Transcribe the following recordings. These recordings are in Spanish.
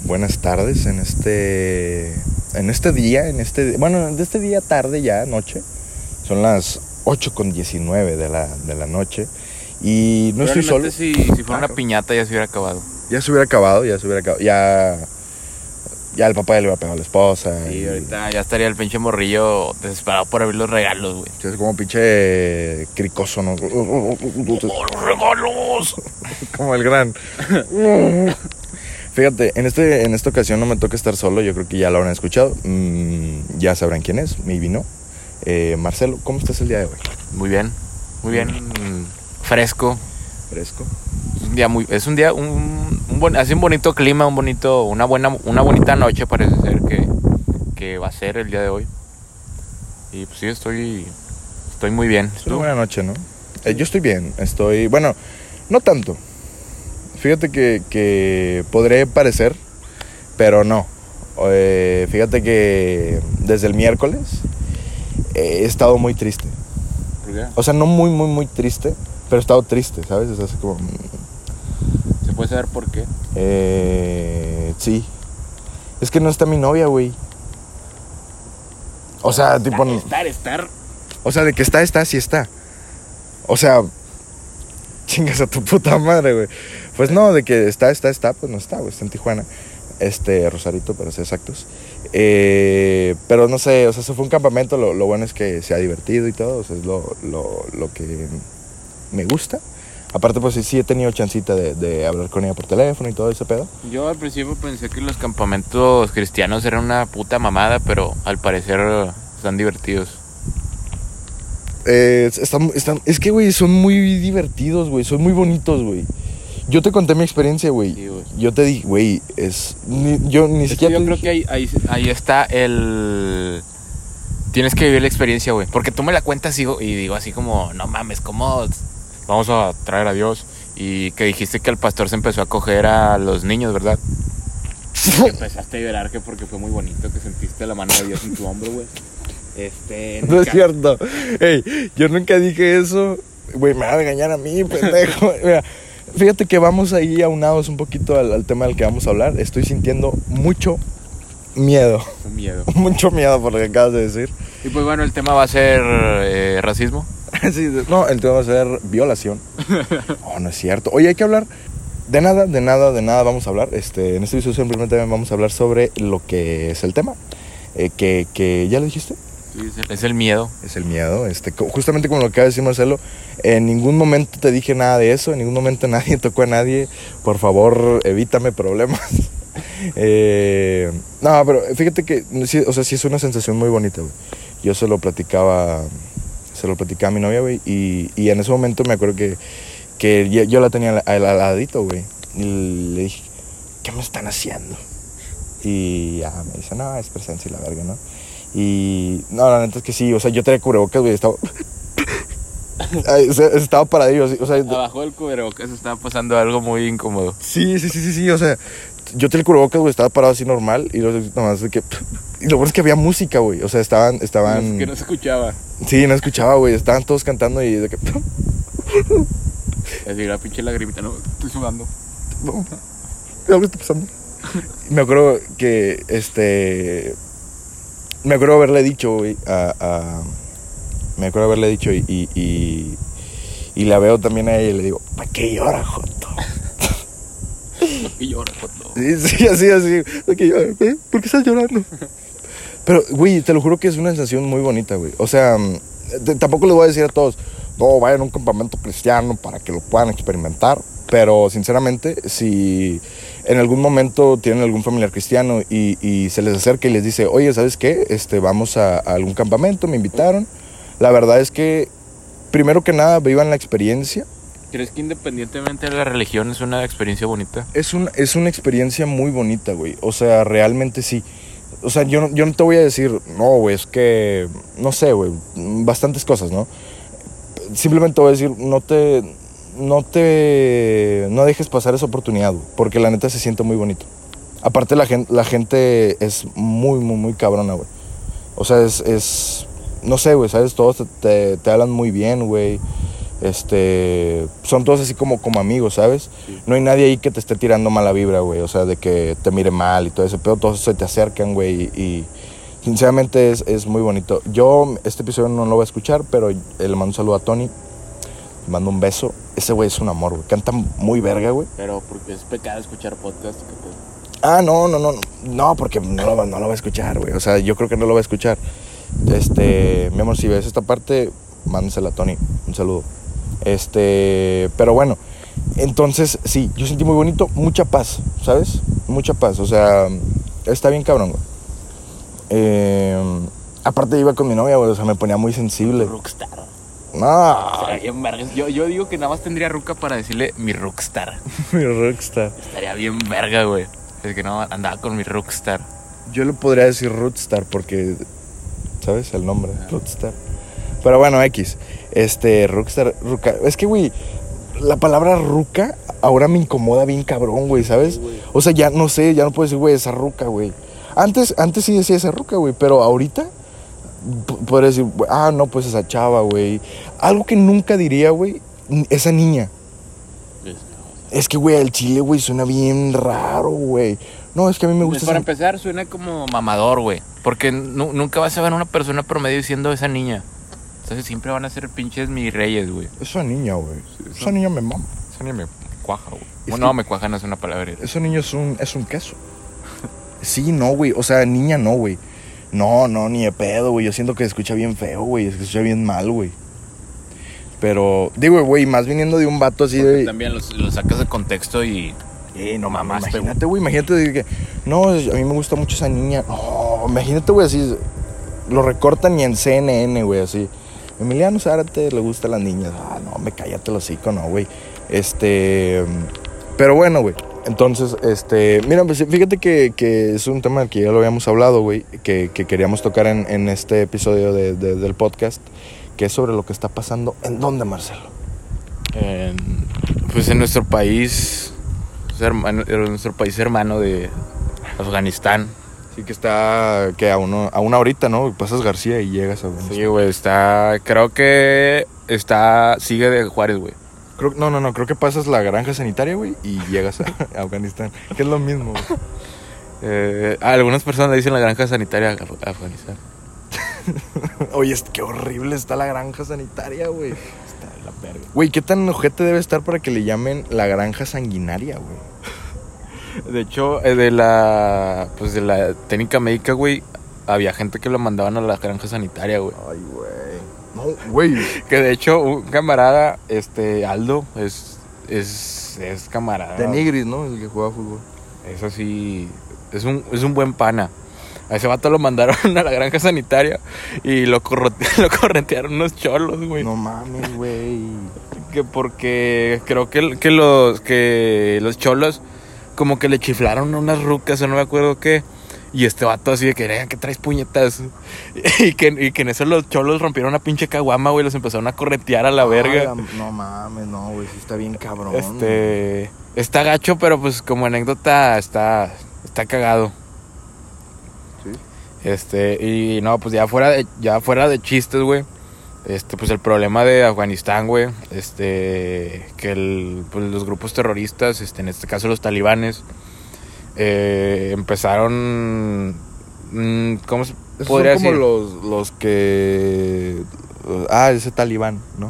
buenas tardes en este día, de este día tarde ya, noche. Son las 8:19 de la noche y no estoy solo. Si fuera una piñata ya se hubiera acabado. Ya se hubiera acabado. Ya el papá ya le iba a pegar a la esposa. Sí, ahorita ya estaría el pinche morrillo desesperado por abrir los regalos, güey. Es como pinche cricoso, ¿no? ¡Oh, los regalos! Como el gran. Fíjate, en esta ocasión no me toca estar solo. Yo creo que ya lo habrán escuchado. Ya sabrán quién es, mi vino. Marcelo, ¿cómo estás el día de hoy? Muy bien. Fresco. Es un día hace un bonito clima, una bonita noche parece ser que va a ser el día de hoy. Y pues sí, estoy muy bien. Es una buena noche, ¿no? Yo estoy bien, bueno, no tanto. Fíjate que podré parecer, pero no. Fíjate que desde el miércoles he estado muy triste. ¿Por qué? O sea, no muy, muy, muy triste, pero he estado triste, ¿sabes? O sea, así como... ¿Se puede saber por qué? Sí. Es que no está mi novia, güey. O sea, tipo... Estar. O sea, de que está, sí está. O sea... Chingas a tu puta madre, güey. Pues no, de que está, pues no está, güey. Está en Tijuana. Rosarito, para ser exactos. Pero no sé, o sea, se fue un campamento. Lo bueno es que se ha divertido y todo. O sea, es lo que me gusta. Aparte, pues sí he tenido chancita de hablar con ella por teléfono y todo ese pedo. Yo al principio pensé que los campamentos cristianos eran una puta mamada, pero al parecer están divertidos. Es que, güey, son muy divertidos, güey. Son muy bonitos, güey. Yo te conté mi experiencia, güey. Sí, güey. Yo te dije, güey, yo ni siquiera... Yo creo que ahí está el... Tienes que vivir la experiencia, güey. Porque tú me la cuentas y digo así como, no mames, ¿cómo vamos a traer a Dios? Y que dijiste que el pastor se empezó a coger a los niños, ¿verdad? Que empezaste a llorar que porque fue muy bonito, que sentiste la mano de Dios en tu hombro, güey. No es cierto. Ey, yo nunca dije eso. Güey, me va a regañar a mí, pendejo. Mira, fíjate que vamos ahí aunados un poquito al tema del que vamos a hablar. Estoy sintiendo mucho miedo. Mucho miedo por lo que acabas de decir. Y pues bueno, el tema va a ser racismo. Sí, no, el tema va a ser violación. Oh, no es cierto. Oye, hay que hablar de nada vamos a hablar. En este episodio simplemente vamos a hablar sobre lo que es el tema. Que ¿ya lo dijiste? Sí, es el miedo. Es el miedo. Justamente como lo que acaba de decir Marcelo, en ningún momento te dije nada de eso. En ningún momento nadie tocó a nadie. Por favor, evítame problemas. No, pero fíjate que sí, o sea, sí es una sensación muy bonita, güey. Yo se lo platicaba a mi novia, güey, y en ese momento me acuerdo que yo la tenía al ladito, güey, y le dije, ¿qué me están haciendo? Y ya me dice, no, es presencia y la verga, ¿no? Y no, la neta es que sí, o sea, yo tenía cubrebocas, güey, estaba paradillo, o sea, abajo del cubrebocas estaba pasando algo muy incómodo. Sí, o sea, yo tenía el cubrebocas, güey, estaba parado así normal y luego nomás de que... Y lo bueno es que había música, güey, o sea, estaban... Es que no se escuchaba. Sí, no escuchaba, güey, estaban todos cantando y de que... Es decir, la pinche lagrimita, no, estoy sudando. No, algo está pasando. Me acuerdo que, me acuerdo haberle dicho, güey, me acuerdo haberle dicho y la veo también a ella y le digo, ¿para qué llora, joto? ¿Por qué llora, joto? Sí, así. ¿Para qué llora? ¿Por qué estás llorando? Pero, güey, te lo juro que es una sensación muy bonita, güey. O sea, tampoco les voy a decir a todos, no, vayan a un campamento cristiano para que lo puedan experimentar. Pero, sinceramente, si en algún momento tienen algún familiar cristiano y se les acerca y les dice, oye, ¿sabes qué? Vamos a algún campamento, me invitaron. La verdad es que, primero que nada, vivan la experiencia. ¿Crees que independientemente de la religión es una experiencia bonita? Es una experiencia muy bonita, güey. O sea, realmente sí. O sea, yo no te voy a decir, no, güey, es que... No sé, güey, bastantes cosas, ¿no? Simplemente te voy a decir, no dejes pasar esa oportunidad, güey, porque la neta se siente muy bonito. Aparte, la gente es muy, muy, muy cabrona, güey. O sea, no sé, güey, ¿sabes? Todos te hablan muy bien, güey. Son todos así como amigos, ¿sabes? Sí. No hay nadie ahí que te esté tirando mala vibra, güey. O sea, de que te mire mal y todo ese pedo. Todos se te acercan, güey. Y sinceramente es muy bonito. Yo este episodio no lo voy a escuchar, pero le mando un saludo a Tony. Le mando un beso. Ese güey es un amor, güey. Canta muy verga, güey. Pero porque es pecado escuchar podcast. No, porque no lo va a escuchar, güey. O sea, yo creo que no lo va a escuchar. Mi amor, si ves esta parte, mándensela a Tony. Un saludo. Pero bueno, entonces, sí, yo sentí muy bonito, mucha paz, ¿sabes? Mucha paz, o sea, está bien cabrón, güey. Aparte iba con mi novia, güey, o sea, me ponía muy sensible. Rockstar. No. Estaría bien verga. Yo digo que nada más tendría ruca para decirle mi rockstar. Mi rockstar. Estaría bien verga, güey. Es que no, andaba con mi rockstar. Yo le podría decir Rootstar porque, ¿sabes? El nombre, Rootstar. Pero bueno, X. Rockstar, ruca. Es que, güey, la palabra ruca ahora me incomoda bien cabrón, güey, ¿sabes? Sí, o sea, ya no sé, ya no puedo decir, güey, esa ruca, güey. Antes sí decía esa ruca, güey, pero ahorita podría decir, no, pues esa chava, güey. Algo que nunca diría, güey, esa niña. Es que, güey, el chile, güey, suena bien raro, güey. No, es que a mí me gusta... Para empezar, suena como mamador, güey. Porque nunca vas a ver a una persona promedio diciendo esa niña. Entonces siempre van a ser pinches mis reyes, güey. Esa niña, güey. Esa niña me mama. Esa niña me cuaja, güey. No, me cuaja no es una palabra. Ese niño es un queso. Sí, no, güey. O sea, niña no, güey. No, ni de pedo, güey. Yo siento que se escucha bien feo, güey. Se escucha bien mal, güey. Pero, digo, güey, más viniendo de un vato así de... También lo sacas de contexto y... no mames, imagínate, güey. Imagínate que... No, a mí me gusta mucho esa niña. No, imagínate, güey, así... Lo recortan y en CNN, güey, así... Emiliano Zárate le gustan las niñas. No, me cállate el hocico, no, güey. Pero bueno, güey. Entonces, mira, pues, fíjate que es un tema del que ya lo habíamos hablado, güey. Que queríamos tocar en este episodio del podcast. Que es sobre lo que está pasando. ¿En dónde, Marcelo? Pues en nuestro país... En nuestro país hermano de Afganistán. Sí, que está que a una horita, ¿no? Pasas García y llegas a... Sí, güey, creo que sigue de Juárez, güey. Creo que pasas la granja sanitaria, güey, y llegas a Afganistán, que es lo mismo, güey. Algunas personas le dicen la granja sanitaria a Afganistán. Oye, qué horrible está la granja sanitaria, güey. Está de la verga. Güey, ¿qué tan ojete debe estar para que le llamen la granja sanguinaria, güey? De hecho, de la técnica médica, güey, había gente que lo mandaban a la granja sanitaria, güey. Ay, güey. No, güey. Que de hecho, un camarada, Aldo, es camarada. De Nigris, ¿no? El que juega fútbol. Eso sí, es un buen pana. A ese vato lo mandaron a la granja sanitaria y lo corretearon unos cholos, güey. No mames, güey. Que porque creo que los cholos como que le chiflaron unas rucas o no me acuerdo qué. Y este vato así de que traes puñetas. Y que en eso los cholos rompieron una pinche caguama, güey. Los empezaron a corretear a la verga. No mames, no, güey. Sí está bien cabrón. Está gacho, pero pues como anécdota está cagado. Sí. Y no, pues ya fuera de chistes, güey. Pues el problema de Afganistán, güey, que pues los grupos terroristas, en este caso los talibanes, empezaron, ¿cómo se podría decir? Son como los que, ese talibán, ¿no?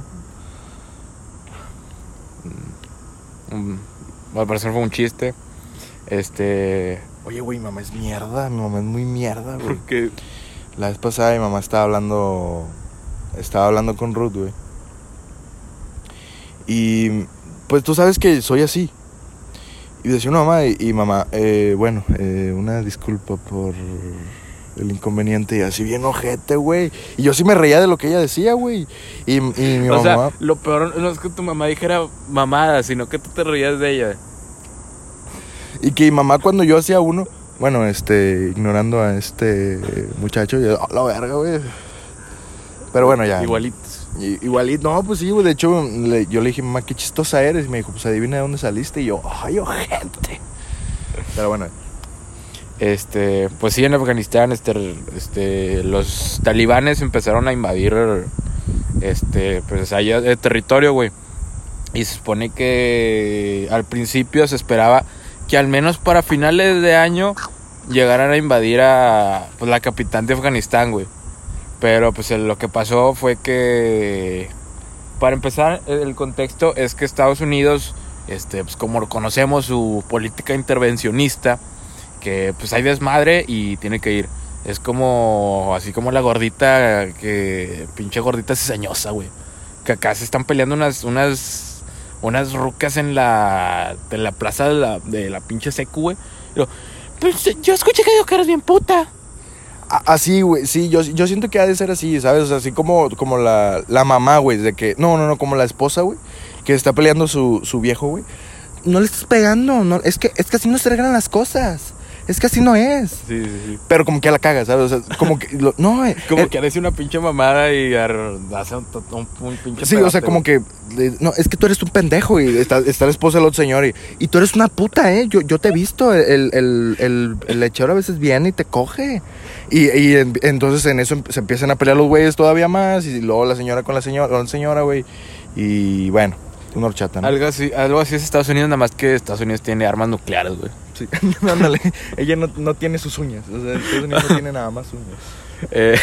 Al parecer fue un chiste, Oye, güey, mi mamá es mierda, mi mamá es muy mierda, güey. Porque la vez pasada mi mamá estaba hablando con Ruth, güey. Y pues tú sabes que soy así. Y decía una mamá, y mamá, una disculpa por el inconveniente. Y así bien ojete, güey. Y yo sí me reía de lo que ella decía, güey. Y mi mamá... O sea, lo peor no es que tu mamá dijera mamada, sino que tú te reías de ella. Y que mi mamá cuando yo hacía uno, bueno, ignorando a este muchacho, yo, la verga, güey. Pero bueno, ya. Igualitos. Igualito, no, pues sí, güey. De hecho, yo le dije, mamá, qué chistosa eres. Y me dijo, pues adivina de dónde saliste. Y yo, ay, ojete. Pero bueno. Pues sí, en Afganistán, los talibanes empezaron a invadir pues allá de territorio, güey. Y se supone que al principio se esperaba que al menos para finales de año llegaran a invadir a pues, la capital de Afganistán, güey. Pero pues lo que pasó fue que, para empezar, el contexto es que Estados Unidos, pues como conocemos su política intervencionista, que pues hay desmadre y tiene que ir. Es como, así como la gordita, que pinche gordita cizañosa, güey. Que acá se están peleando unas rucas en la plaza de la pinche secu, güey. Pues yo escuché que digo que eres bien puta. Así, güey, sí, yo siento que ha de ser así, ¿sabes? O sea, así como la mamá, güey, de que... No, como la esposa, güey, que está peleando su viejo, güey. No le estás pegando, no, es que así no se arreglan las cosas. Es que así no es. Sí. Pero como que la caga, ¿sabes? O sea, como que... como que hace una pinche mamada y hace un pinche sí, pedote, o sea, como güey. que... No, es que tú eres un pendejo y está la esposa del otro señor y tú eres una puta, ¿eh? Yo te he visto, el lechero a veces viene y te coge. Entonces en eso se empiezan a pelear los güeyes todavía más y luego la señora con la señora, güey. Y bueno, una horchata, ¿no? Algo así es Estados Unidos, nada más que Estados Unidos tiene armas nucleares, güey. Sí, ándale. Ella no tiene sus uñas. O sea, Estados Unidos no tiene nada más uñas.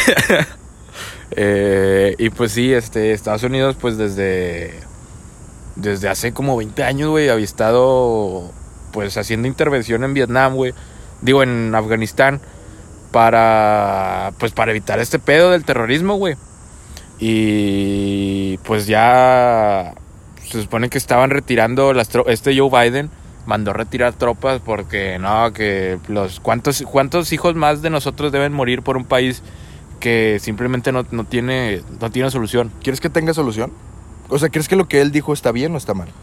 Y pues sí, Estados Unidos, pues desde hace como 20 años, güey, había estado pues haciendo intervención en Vietnam, güey. Digo, en Afganistán, para evitar este pedo del terrorismo, güey. Y pues ya se supone que estaban retirando Joe Biden mandó retirar tropas porque no, que cuántos hijos más de nosotros deben morir por un país que simplemente no tiene solución. ¿Quieres que tenga solución? O sea, ¿crees que lo que él dijo está bien o está mal?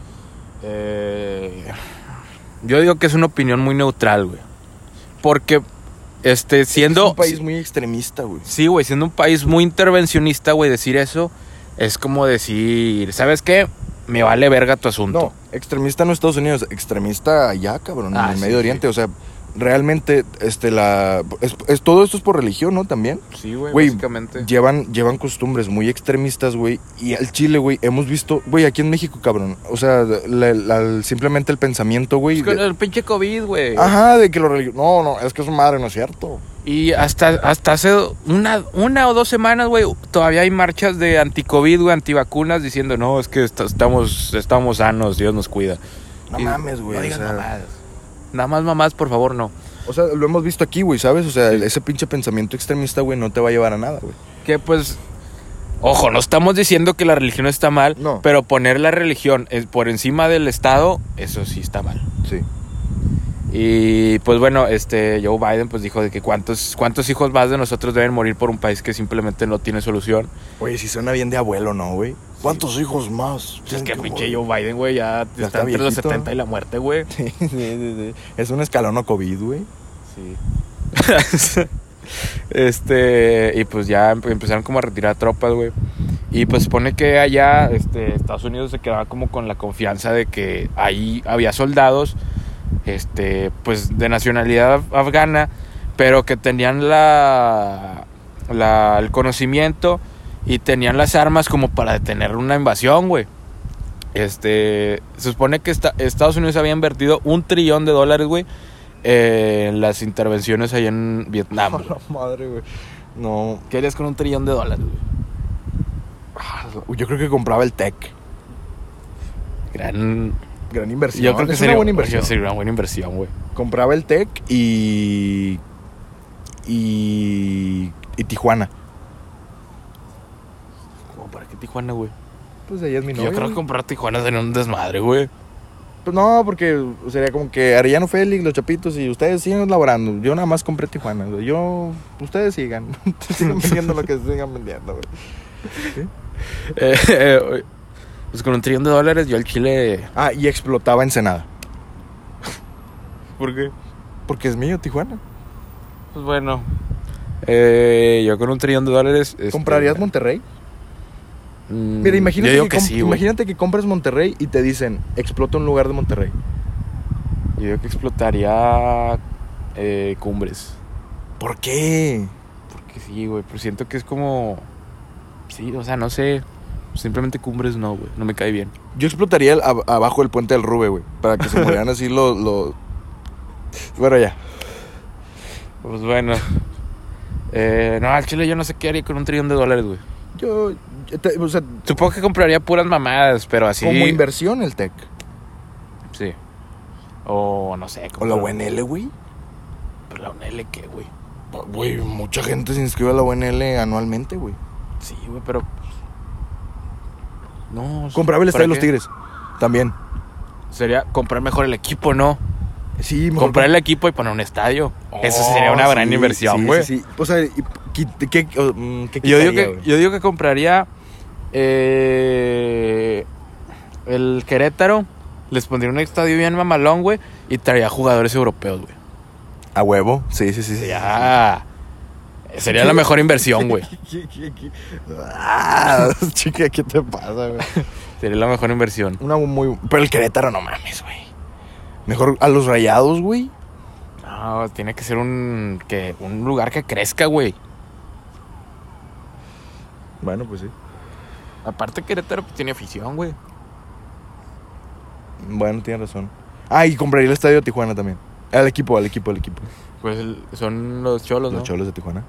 Yo digo que es una opinión muy neutral, güey. Porque siendo es un país muy extremista, güey. Sí, güey, siendo un país muy intervencionista, güey, decir eso es como decir, ¿sabes qué? Me vale verga tu asunto. No, extremista no Estados Unidos, extremista allá, cabrón, en el sí, Medio Oriente. Sí. O sea, realmente, todo esto es por religión, ¿no? También. Sí, güey, básicamente. Llevan costumbres muy extremistas, güey. Y al Chile, güey, hemos visto, güey, aquí en México, cabrón. O sea, simplemente el pensamiento, güey. Con el pinche COVID, güey. Ajá, de que lo religioso. No, es que su madre no es cierto. Y hasta hace una o 2 semanas, güey, todavía hay marchas de anti-COVID, güey, antivacunas, diciendo, no, es que estamos sanos, Dios nos cuida. No mames, güey. No digas mamadas. Nada más mamás, por favor, no. O sea, lo hemos visto aquí, güey, ¿sabes? O sea, ese pinche pensamiento extremista, güey, no te va a llevar a nada, güey. Que pues, ojo, no estamos diciendo que la religión está mal, no. Pero poner la religión por encima del Estado, eso sí está mal. Sí. Y pues bueno, Joe Biden pues dijo de que cuántos hijos más de nosotros deben morir por un país que simplemente no tiene solución. Oye, si suena bien de abuelo, ¿no, güey? ¿Cuántos hijos más? Pues es que pinche Joe Biden, güey, ya está entre los 70 y la muerte, güey. Sí. Es un escalón a COVID, güey. Sí. Y pues ya empezaron como a retirar tropas, güey. Y pues supone que allá Estados Unidos se quedaba como con la confianza de que ahí había soldados pues de nacionalidad afgana, pero que tenían el conocimiento y tenían las armas como para detener una invasión, güey. Se supone que Estados Unidos había invertido $1 trillón, güey, en las intervenciones allá en Vietnam. La madre, güey. No. ¿Qué harías con $1 trillón, güey? Yo creo que compraba el TEC. Gran inversión. Yo creo que sería una buena inversión. Sería una buena inversión, güey. Compraba el TEC y Tijuana. ¿Cómo para qué Tijuana, güey? Pues ella es mi novia. Yo creo que comprar Tijuana sería un desmadre, güey. Pues no, porque sería como que Arellano Félix, los Chapitos y ustedes sigan laborando. Yo nada más compré Tijuana, güey. Ustedes sigan. Sigan vendiendo lo que sigan vendiendo, güey. ¿Sí? Pues con $1 trillón yo al Chile... Y explotaba Ensenada. ¿Por qué? Porque es mío, Tijuana. Pues bueno. Yo con $1 trillón... ¿Comprarías Monterrey? Mira, imagínate que compras Monterrey y te dicen, explota un lugar de Monterrey. Yo digo que explotaría Cumbres. ¿Por qué? Porque sí, güey, pero siento que es como... Sí, o sea, no sé. Simplemente Cumbres no, güey. No me cae bien. Yo explotaría abajo del puente del Rube, güey. Para que se murieran así los... Bueno, ya. Pues bueno. No, al chile yo no sé qué haría con $1 trillón, güey. O sea, Supongo que compraría puras mamadas, pero así... como inversión el TEC. Sí. O no sé. O la UNL, güey. Pero la UNL, ¿qué, güey? Güey, mucha gente se inscribe a la UNL anualmente, güey. Sí, güey, pero... No. Compraba el estadio de los qué? Tigres. También. Sería comprar mejor el equipo, ¿no? Sí, mejor Comprar el equipo y poner un estadio. Eso sería una gran inversión, güey. Sí. O sea, ¿qué Yo quitaría, digo que compraría el Querétaro, les pondría un estadio bien mamalón, güey, y traería jugadores europeos, güey. A huevo, sí. Sería la mejor inversión, güey. Chica, ¿qué te pasa, güey? Sería la mejor inversión. Pero el Querétaro, no mames, güey. Mejor a los Rayados, güey. No, tiene que ser un lugar que crezca, güey. Bueno, pues sí. Aparte Querétaro pues, tiene afición, güey. Bueno, tienes razón. Ah, y compraría el estadio de Tijuana también. Al equipo. Pues son los Cholos, ¿no? Los Cholos de Tijuana.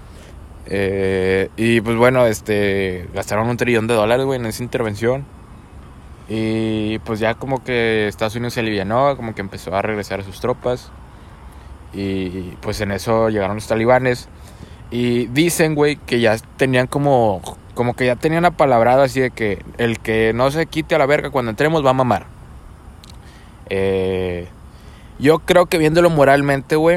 Y pues bueno, gastaron $1 trillón, güey, en esa intervención. Y pues ya como que Estados Unidos se alivianó, como que empezó a regresar a sus tropas. Y pues en eso llegaron los talibanes. Y dicen, güey, que ya tenían como que ya tenían apalabrado así de que el que no se quite a la verga cuando entremos va a mamar. Yo creo que viéndolo moralmente, güey,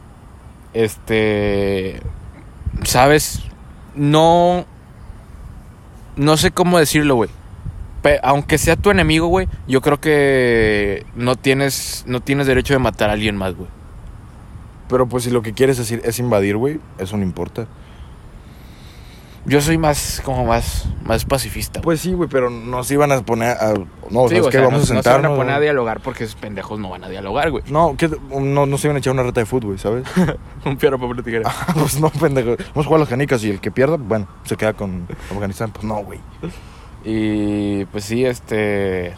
¿sabes? No sé cómo decirlo, güey. Aunque sea tu enemigo, güey, yo creo que no tienes derecho de matar a alguien más, güey. Pero pues si lo que quieres decir es invadir, güey, eso no importa. Yo soy más pacifista. Pues sí, güey, pero nos iban a poner a... No, sí, ¿sabes qué? Vamos a sentarnos. No se van a poner a dialogar porque esos pendejos no van a dialogar, güey. No, no se iban a echar una reta de fútbol, ¿sabes? Un fierro, papel, tijera. Pues no, pendejo. Vamos a jugar a las canicas y el que pierda, bueno, se queda con Afganistán. Pues no, güey. Y pues sí, ¿qué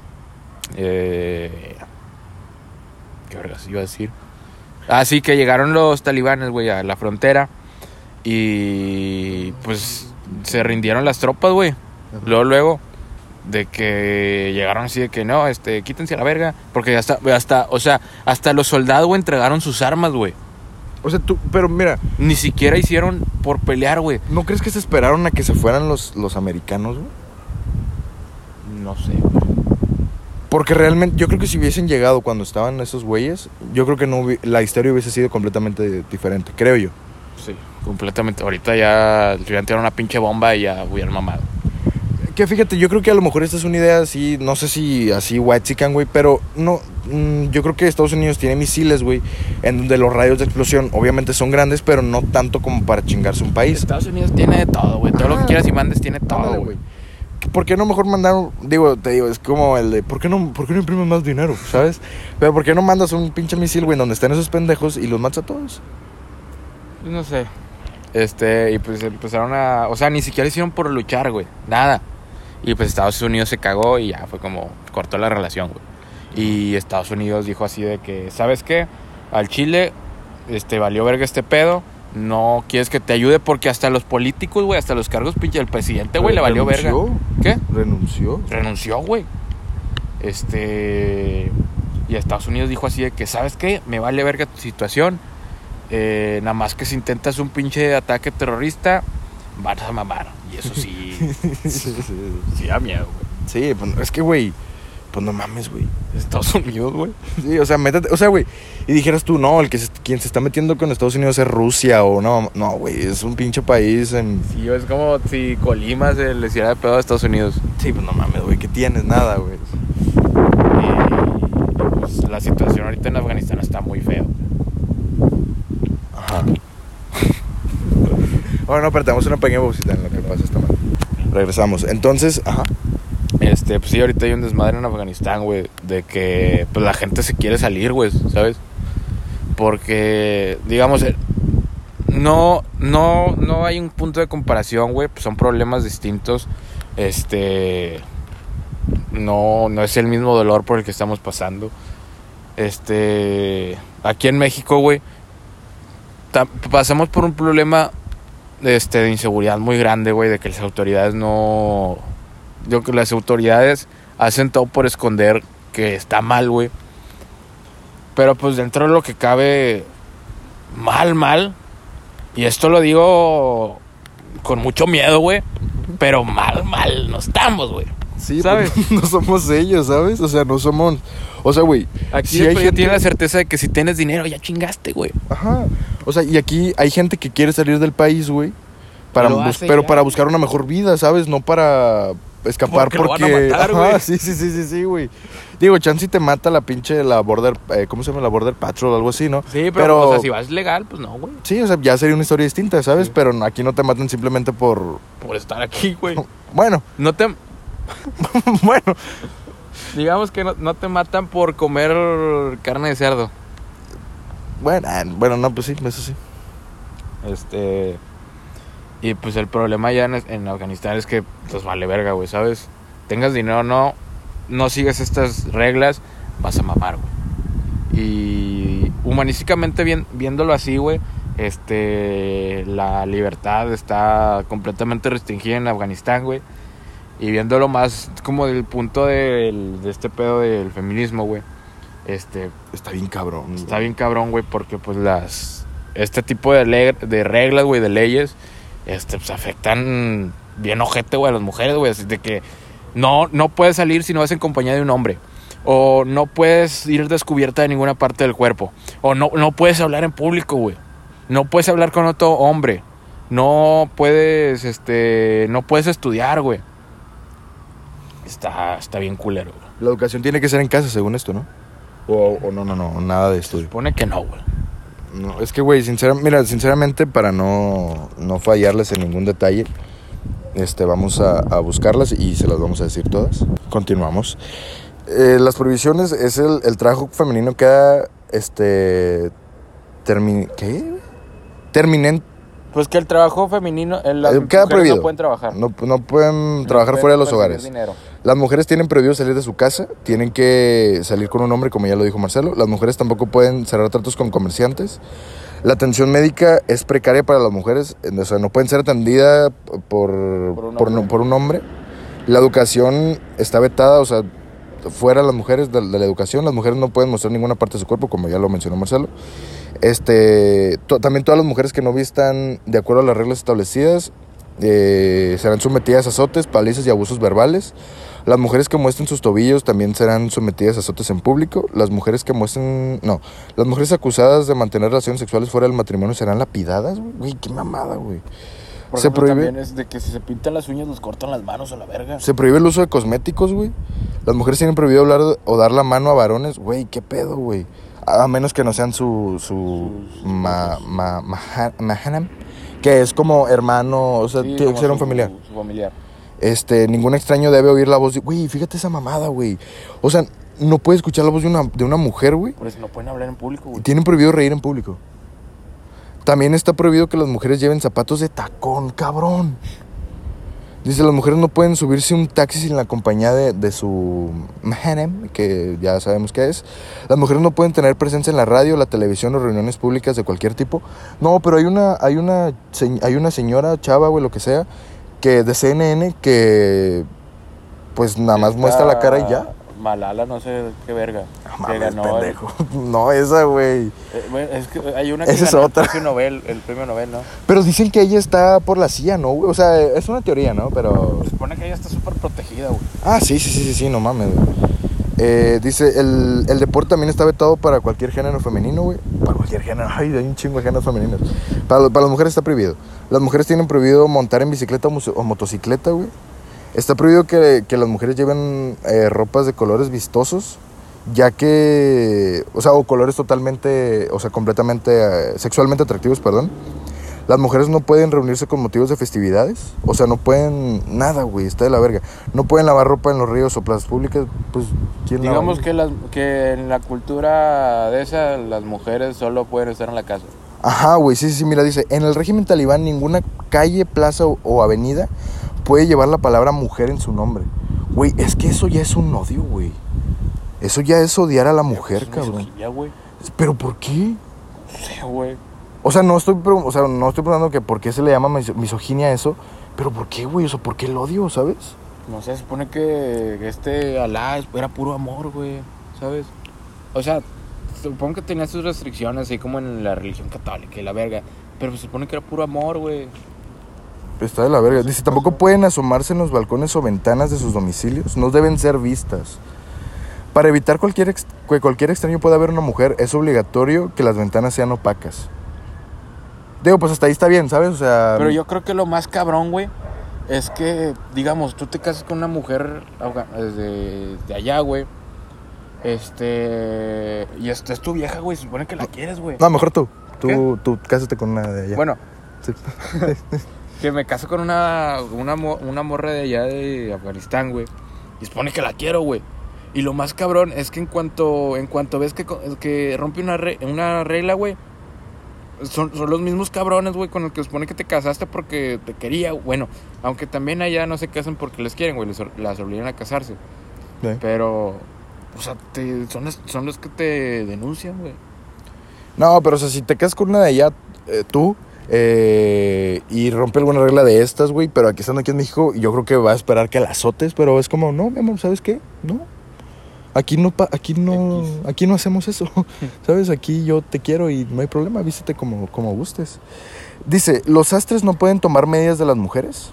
vergas iba a decir? Ah, sí, que llegaron los talibanes, güey, a la frontera. Y pues se rindieron las tropas, güey. Luego de que llegaron así de que no, quítense a la verga. Porque hasta los soldados, güey, entregaron sus armas, güey. O sea, pero mira, ni siquiera hicieron por pelear, güey. ¿No crees que se esperaron a que se fueran los americanos, güey? No sé. Porque realmente, yo creo que si hubiesen llegado cuando estaban esos güeyes, yo creo que la historia hubiese sido completamente diferente, creo yo. Sí, completamente. Ahorita ya hubieran tirado una pinche bomba y ya hubieran mamado. Que fíjate, yo creo que a lo mejor esta es una idea así, no sé si así whitezican, güey, pero no, yo creo que Estados Unidos tiene misiles, güey, en donde los radios de explosión obviamente son grandes, pero no tanto como para chingarse un país. Estados Unidos tiene de todo, güey, todo lo que quieras y mandes tiene todo, güey. ¿Por qué no mejor mandaron? Te digo, es como el de ¿por qué no imprimes más dinero? ¿Sabes? Pero ¿por qué no mandas un pinche misil, güey, donde estén esos pendejos y los matas a todos? No sé. Y pues empezaron o sea, ni siquiera hicieron por luchar, güey. Nada. Y pues Estados Unidos se cagó y ya fue como cortó la relación, güey. Y Estados Unidos dijo así de que, ¿sabes qué? Al Chile, valió verga este pedo. No quieres que te ayude porque hasta los políticos, güey, hasta los cargos, pinche, el presidente, güey, le valió verga. ¿Qué? Renunció, güey. Y Estados Unidos dijo así de que, ¿sabes qué? Me vale verga tu situación. Nada más que si intentas un pinche ataque terrorista, vas a mamar. Y eso sí. Sí da miedo, güey. Sí, pues es que, güey, pues no mames, güey. Estados Unidos, güey. Sí, o sea, métete, o sea, güey, y dijeras tú, no, quien se está metiendo con Estados Unidos es Rusia o no, güey, es un pinche país Sí, es como si Colima se le hiciera de pedo a Estados Unidos. Sí, pues no mames, güey, ¿qué tienes? Nada, güey. Y pues la situación ahorita en Afganistán está muy feo. Ajá. Bueno, pero tenemos una pequeña pausita en lo que pasa esta madre. Regresamos. Entonces, ajá. Pues sí, ahorita hay un desmadre en Afganistán, güey, de que pues la gente se quiere salir, güey, ¿sabes? Porque, digamos, no hay un punto de comparación, güey. Pues son problemas distintos. No es el mismo dolor por el que estamos pasando. Aquí en México, güey, pasamos por un problema de inseguridad muy grande, güey, de que las autoridades las autoridades hacen todo por esconder que está mal, güey. Pero pues dentro de lo que cabe, mal. Y esto lo digo con mucho miedo, güey. Pero mal no estamos, güey. Sí, ¿sabes? Pues, no somos ellos, ¿sabes? O sea, no somos... O sea, güey... Aquí sí hay gente... tiene la certeza de que si tienes dinero ya chingaste, güey. Ajá. O sea, y aquí hay gente que quiere salir del país, güey. Pero para buscar una mejor vida, ¿sabes? No para escapar porque... Lo van a matar, ajá, güey. Sí, güey. Digo, chance te mata la pinche... La Border... ¿cómo se llama? La Border Patrol o algo así, ¿no? Sí, pero o sea, si vas legal, pues no, güey. Sí, o sea, ya sería una historia distinta, ¿sabes? Sí. Pero aquí no te matan simplemente por... Por estar aquí, güey. Bueno. No te... Bueno. Digamos que no te matan por comer carne de cerdo. Bueno, no, pues sí, eso sí. Y pues el problema ya en Afganistán es que pues vale verga, güey, ¿sabes? Tengas dinero o no sigues estas reglas, vas a mamar, güey. Y humanísticamente viéndolo así, güey, la libertad está completamente restringida en Afganistán, güey. Y viéndolo más como del punto de este pedo del feminismo, güey. Está bien cabrón. Está bien cabrón, güey, porque pues este tipo de reglas, güey, de leyes, pues afectan bien ojete, güey, a las mujeres, güey. Así de que no puedes salir si no vas en compañía de un hombre. O no puedes ir descubierta de ninguna parte del cuerpo. O no puedes hablar en público, güey. No puedes hablar con otro hombre. No puedes estudiar, güey. Está bien culero, güey. La educación tiene que ser en casa, según esto, ¿no? O no, nada de estudio. Supone que no, güey. No, es que, güey, sinceramente, para no fallarles en ningún detalle, vamos a buscarlas y se las vamos a decir todas. Continuamos. Las prohibiciones es el trabajo femenino queda, terminante. Pues que el trabajo femenino, las queda mujeres prohibido. no pueden trabajar. No pueden trabajar fuera de los hogares. Dinero. Las mujeres tienen prohibido salir de su casa, tienen que salir con un hombre, como ya lo dijo Marcelo. Las mujeres tampoco pueden cerrar tratos con comerciantes. La atención médica es precaria para las mujeres, o sea, no pueden ser atendidas por un hombre. La educación está vetada, o sea, fuera las mujeres de la educación. Las mujeres no pueden mostrar ninguna parte de su cuerpo, como ya lo mencionó Marcelo. También todas las mujeres que no vistan de acuerdo a las reglas establecidas serán sometidas a azotes, palizas y abusos verbales. Las mujeres que muestren sus tobillos también serán sometidas a azotes en público. Las mujeres acusadas de mantener relaciones sexuales fuera del matrimonio serán lapidadas, güey. Qué mamada, güey. Por Se ejemplo, prohíbe. también es de que si se pintan las uñas, los cortan las manos a la verga. Se prohíbe el uso de cosméticos, güey. Las mujeres tienen prohibido hablar o dar la mano a varones, güey. ¿Qué pedo, güey? A menos que no sean su mahanam, que es como hermano, o sea, Sí, tiene que ser un su familiar. familiar. Ningún extraño debe oír la voz de... Güey, fíjate esa mamada, güey. O sea, no puede escuchar la voz de una mujer, güey. Por eso no pueden hablar en público, güey. Tienen prohibido reír en público. También está prohibido que las mujeres lleven zapatos de tacón, cabrón. Dice, las mujeres no pueden subirse a un taxi sin la compañía de su mahanam, que ya sabemos qué es. Las mujeres no pueden tener presencia en la radio, la televisión o reuniones públicas de cualquier tipo. No, pero hay una señora, chava, güey, lo que sea, que de CNN, que pues nada más muestra la cara y ya. Malala, no sé qué verga. No que mames, ganó pendejo. No, esa, güey. bueno, es que hay una que Esa es ganó otra. el premio Nobel, ¿no? Pero dicen que ella está por la CIA, ¿no, güey? O sea, es una teoría, ¿no? Pero... Se supone que ella está súper protegida, güey. Ah, sí, no mames, güey. Dice, el deporte también está vetado para cualquier género femenino, güey. Para cualquier género, ay, hay un chingo de géneros femeninos. Para las mujeres está prohibido. Las mujeres tienen prohibido montar en bicicleta o motocicleta, güey. Está prohibido que las mujeres lleven ropas de colores vistosos, ya que, o sea, o colores totalmente, o sea, completamente sexualmente atractivos, perdón. Las mujeres no pueden reunirse con motivos de festividades, o sea, no pueden nada, güey, está de la verga. No pueden lavar ropa en los ríos o plazas públicas, pues, ¿quién lava? Digamos que en la cultura de esa, las mujeres solo pueden estar en la casa. Ajá, güey, sí, mira, dice, en el régimen talibán ninguna calle, plaza o avenida puede llevar la palabra mujer en su nombre. Güey, es que eso ya es un odio, güey. Eso ya es odiar a la mujer, cabrón. Güey. ¿Pero por qué? No sé, güey. O sea, no estoy preguntando que por qué se le llama misoginia a eso, pero ¿por qué, güey? O sea, ¿por qué el odio, sabes? No sé, se supone que Alá era puro amor, güey, ¿sabes? O sea, supongo que tenía sus restricciones, así como en la religión católica y la verga. Pero se supone que era puro amor, güey. Está de la verga. Dice, tampoco pueden asomarse en los balcones o ventanas de sus domicilios. No deben ser vistas. Para evitar que cualquier extraño pueda ver una mujer, es obligatorio que las ventanas sean opacas. Digo, pues hasta ahí está bien, ¿sabes? O sea... Pero yo creo que lo más cabrón, güey, es que, digamos, tú te casas con una mujer de allá, güey. Y esta es tu vieja, güey. Se supone que la quieres, güey. No, mejor tú. Tú cásate con una de allá. Bueno. Sí. Que me caso con una morra de allá de Afganistán, güey. Y se supone que la quiero, güey. Y lo más cabrón es que en cuanto ves que rompe una regla, güey, son los mismos cabrones, güey, con el que se supone que te casaste porque te quería. Bueno, aunque también allá no se casan porque les quieren, güey, las obligan a casarse. ¿Sí? Pero, o sea, son los que te denuncian, güey. No, pero o sea, si te casas con una de allá, tú, y rompe alguna regla de estas, güey, pero estando aquí en México, yo creo que va a esperar que la azotes, pero es como, no, mi amor, ¿sabes qué? No. Aquí no hacemos eso, ¿sabes? Aquí yo te quiero y no hay problema, vístete como gustes. Dice, ¿los sastres no pueden tomar medidas de las mujeres?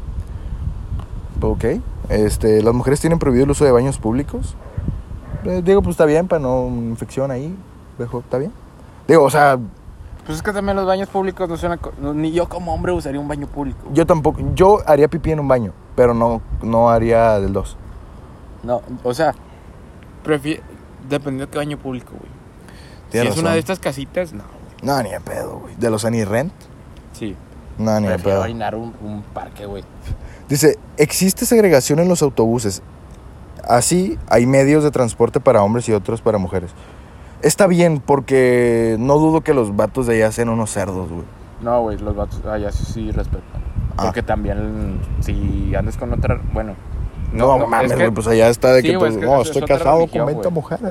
Ok. ¿Las mujeres tienen prohibido el uso de baños públicos? Digo, pues está bien, para no infección ahí, mejor, está bien. Digo, o sea... Pues es que también los baños públicos no son... Ni yo como hombre usaría un baño público. Yo tampoco, yo haría pipí en un baño, pero no haría del 2. No, o sea... Dependiendo de qué baño público, güey. Si razón. Es una de estas casitas, no, güey. No, ni de pedo, güey. ¿De los Anirrent? Sí. No, ni de Prefiero pedo. orinar un parque, güey. Dice, existe segregación en los autobuses. Así hay medios de transporte para hombres y otros para mujeres. Está bien, porque no dudo que los vatos de allá sean unos cerdos, güey. No, güey, los vatos allá sí respetan. Porque también, si andas con otra... Bueno... No mames, güey, pues allá está de sí, que, güey, pues, es que no, es estoy otra casado religión, con 20 güey. mujeres.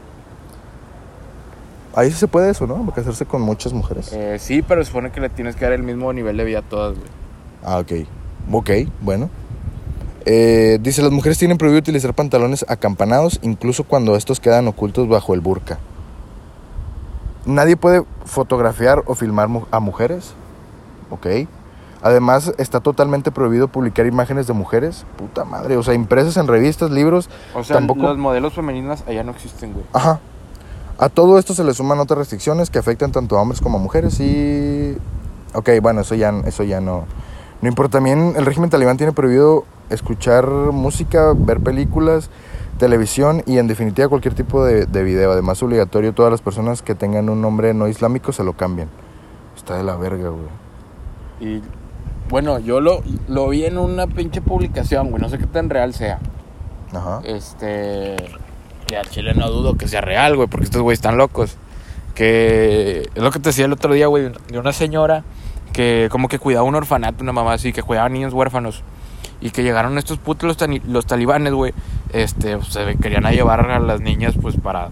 Ahí sí se puede eso, ¿no? Casarse con muchas mujeres. Sí, pero se supone que le tienes que dar el mismo nivel de vida a todas, güey. Ah, ok, bueno. Dice, las mujeres tienen prohibido utilizar pantalones acampanados, incluso cuando estos quedan ocultos bajo el burka. Nadie puede fotografiar o filmar a mujeres. Ok. Además, está totalmente prohibido publicar imágenes de mujeres. Puta madre, o sea, impresas en revistas, libros. O sea, tampoco... los modelos femeninas allá no existen, güey. Ajá. A todo esto se le suman otras restricciones que afectan tanto a hombres como a mujeres y... Ok, bueno, eso ya no importa. También el régimen talibán tiene prohibido escuchar música, ver películas, televisión y en definitiva cualquier tipo de video. Además, es obligatorio todas las personas que tengan un nombre no islámico se lo cambian. Está de la verga, güey. Y... Bueno, yo lo vi en una pinche publicación, güey. No sé qué tan real sea. Ajá. Que al chile no dudo que sea real, güey, porque estos güeyes están locos. Que es lo que te decía el otro día, güey, de una señora que como que cuidaba un orfanato, una mamá así, que cuidaba niños huérfanos. Y que llegaron estos putos los talibanes, güey. Se querían a llevar a las niñas, pues, para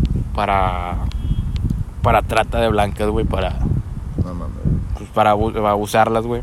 trata de blancas, güey, No mames. pues, para abusarlas, güey.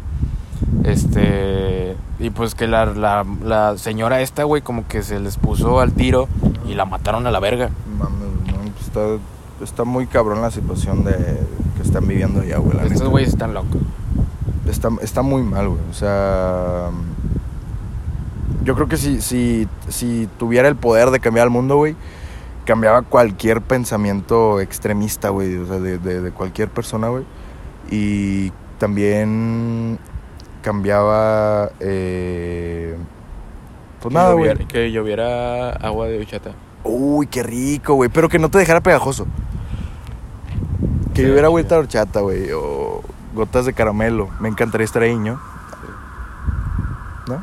Y pues que la señora esta, güey, como que se les puso al tiro y la mataron a la verga. Mames, no, está muy cabrón la situación que están viviendo allá, güey. Estos güeyes están locos. Está muy mal, güey. O sea, yo creo que si tuviera el poder de cambiar el mundo, güey, cambiaba cualquier pensamiento extremista, güey. O sea, de cualquier persona, güey. Y también cambiaba pues nada, güey. Que lloviera agua de horchata. Uy, qué rico, güey. Pero que no te dejara pegajoso. Que lloviera agüita de horchata, güey. O gotas de caramelo. Me encantaría estar ahí, ¿no? ¿No?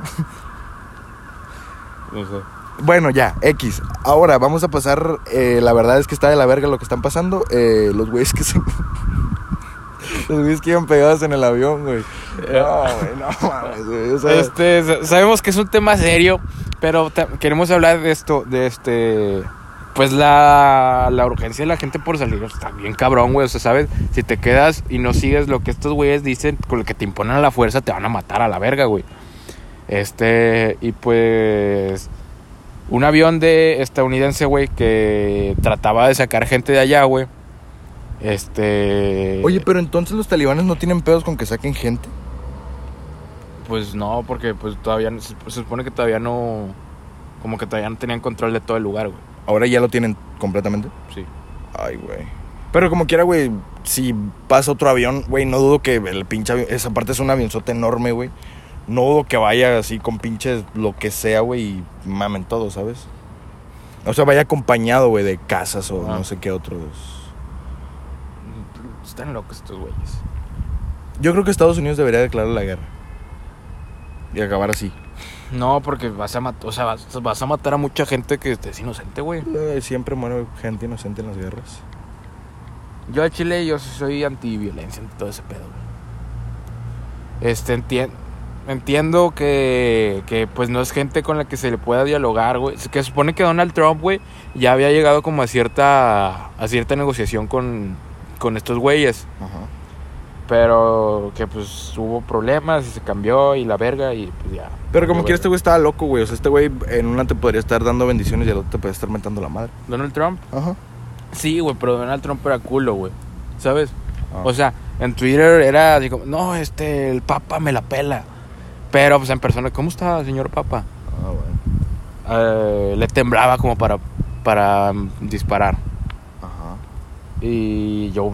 No sé. Bueno, ya, X. Ahora vamos a pasar. La verdad es que está de la verga lo que están pasando. Los güeyes que se. Los güeyes que iban pegados en el avión, güey. No, güey, no mames, güey. O sea, Sabemos que es un tema serio, pero queremos hablar de esto, pues la urgencia de la gente por salir está bien cabrón, güey. O sea, ¿sabes? Si te quedas y no sigues lo que estos güeyes dicen, con lo que te imponen a la fuerza, te van a matar a la verga, güey. Y pues un avión de estadounidense, güey, que trataba de sacar gente de allá, güey. Oye, pero entonces los talibanes no tienen pedos con que saquen gente. Pues no, porque pues todavía se supone que todavía no, como que todavía no tenían control de todo el lugar, güey. Ahora ya lo tienen completamente. Sí. Ay, güey. Pero como quiera, güey, si pasa otro avión, güey, no dudo que el pinche avión, esa parte es un avionzote enorme, güey. No dudo que vaya así con pinches lo que sea, güey, y mamen todo, ¿sabes? O sea, vaya acompañado, güey, de casas o no sé qué otros. Están locos estos güeyes. Yo creo que Estados Unidos debería declarar la guerra. Y acabar así. No, porque vas a matar a mucha gente que es inocente, güey. Siempre muere gente inocente en las guerras. Yo a Chile, yo soy antiviolencia en todo ese pedo, güey. Entiendo que pues no es gente con la que se le pueda dialogar, güey. Que supone que Donald Trump, güey, ya había llegado como a cierta negociación con estos güeyes. Ajá. Pero que pues hubo problemas y se cambió y la verga y pues ya. Pero como quiera, este güey estaba loco, güey. O sea, este güey en una te podría estar dando bendiciones y al otro te podría estar mentando la madre. ¿Donald Trump? Ajá. Sí, güey, pero Donald Trump era culo, güey. ¿Sabes? Ah. O sea, en Twitter era así como, no, el Papa me la pela. Pero pues en persona, ¿cómo está, señor Papa? Bueno. Le temblaba como para disparar. Ajá. Y Joe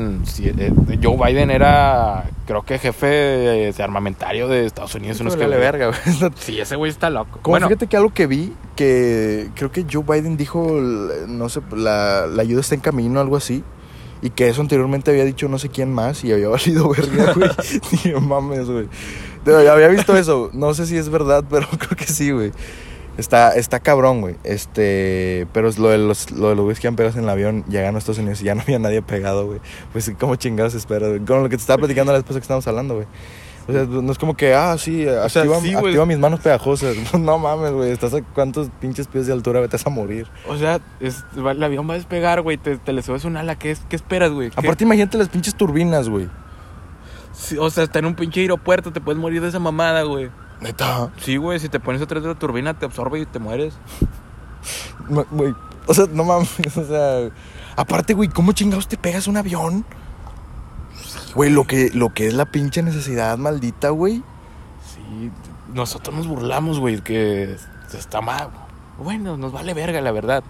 Biden era, creo que jefe de armamentario de Estados Unidos. Eso le verga, güey. Sí, ese güey está loco. Como bueno, fíjate que algo que vi, que creo que Joe Biden dijo, no sé, la ayuda está en camino, algo así. Y que eso anteriormente había dicho no sé quién más y había valido verga, güey. No mames, güey. Había visto eso. No sé si es verdad, pero creo que sí, güey. Está cabrón, güey. Pero es lo de los güeyes que han pegado en el avión, llegaron a Estados Unidos y ya no había nadie pegado, güey. Pues, ¿cómo chingados espera, güey? Con lo que te estaba platicando la vez pasada que estábamos hablando, güey. O sea, no es como que, sí, activa mis manos pegajosas. No mames, güey. Estás a cuántos pinches pies de altura, te vas a morir. O sea, el avión va a despegar, güey. Te le subes un ala. ¿Qué esperas, güey? Aparte, imagínate las pinches turbinas, güey. Sí, o sea, está en un pinche aeropuerto. Te puedes morir de esa mamada, güey. ¿Neta? Sí, güey. Si te pones atrás de la turbina, te absorbe y te mueres. Güey, o sea, no mames. O sea, aparte, güey, ¿cómo chingados te pegas un avión? Güey, lo que es la pinche necesidad maldita, güey. Sí, nosotros nos burlamos, güey, que está mal. Bueno, nos vale verga, la verdad.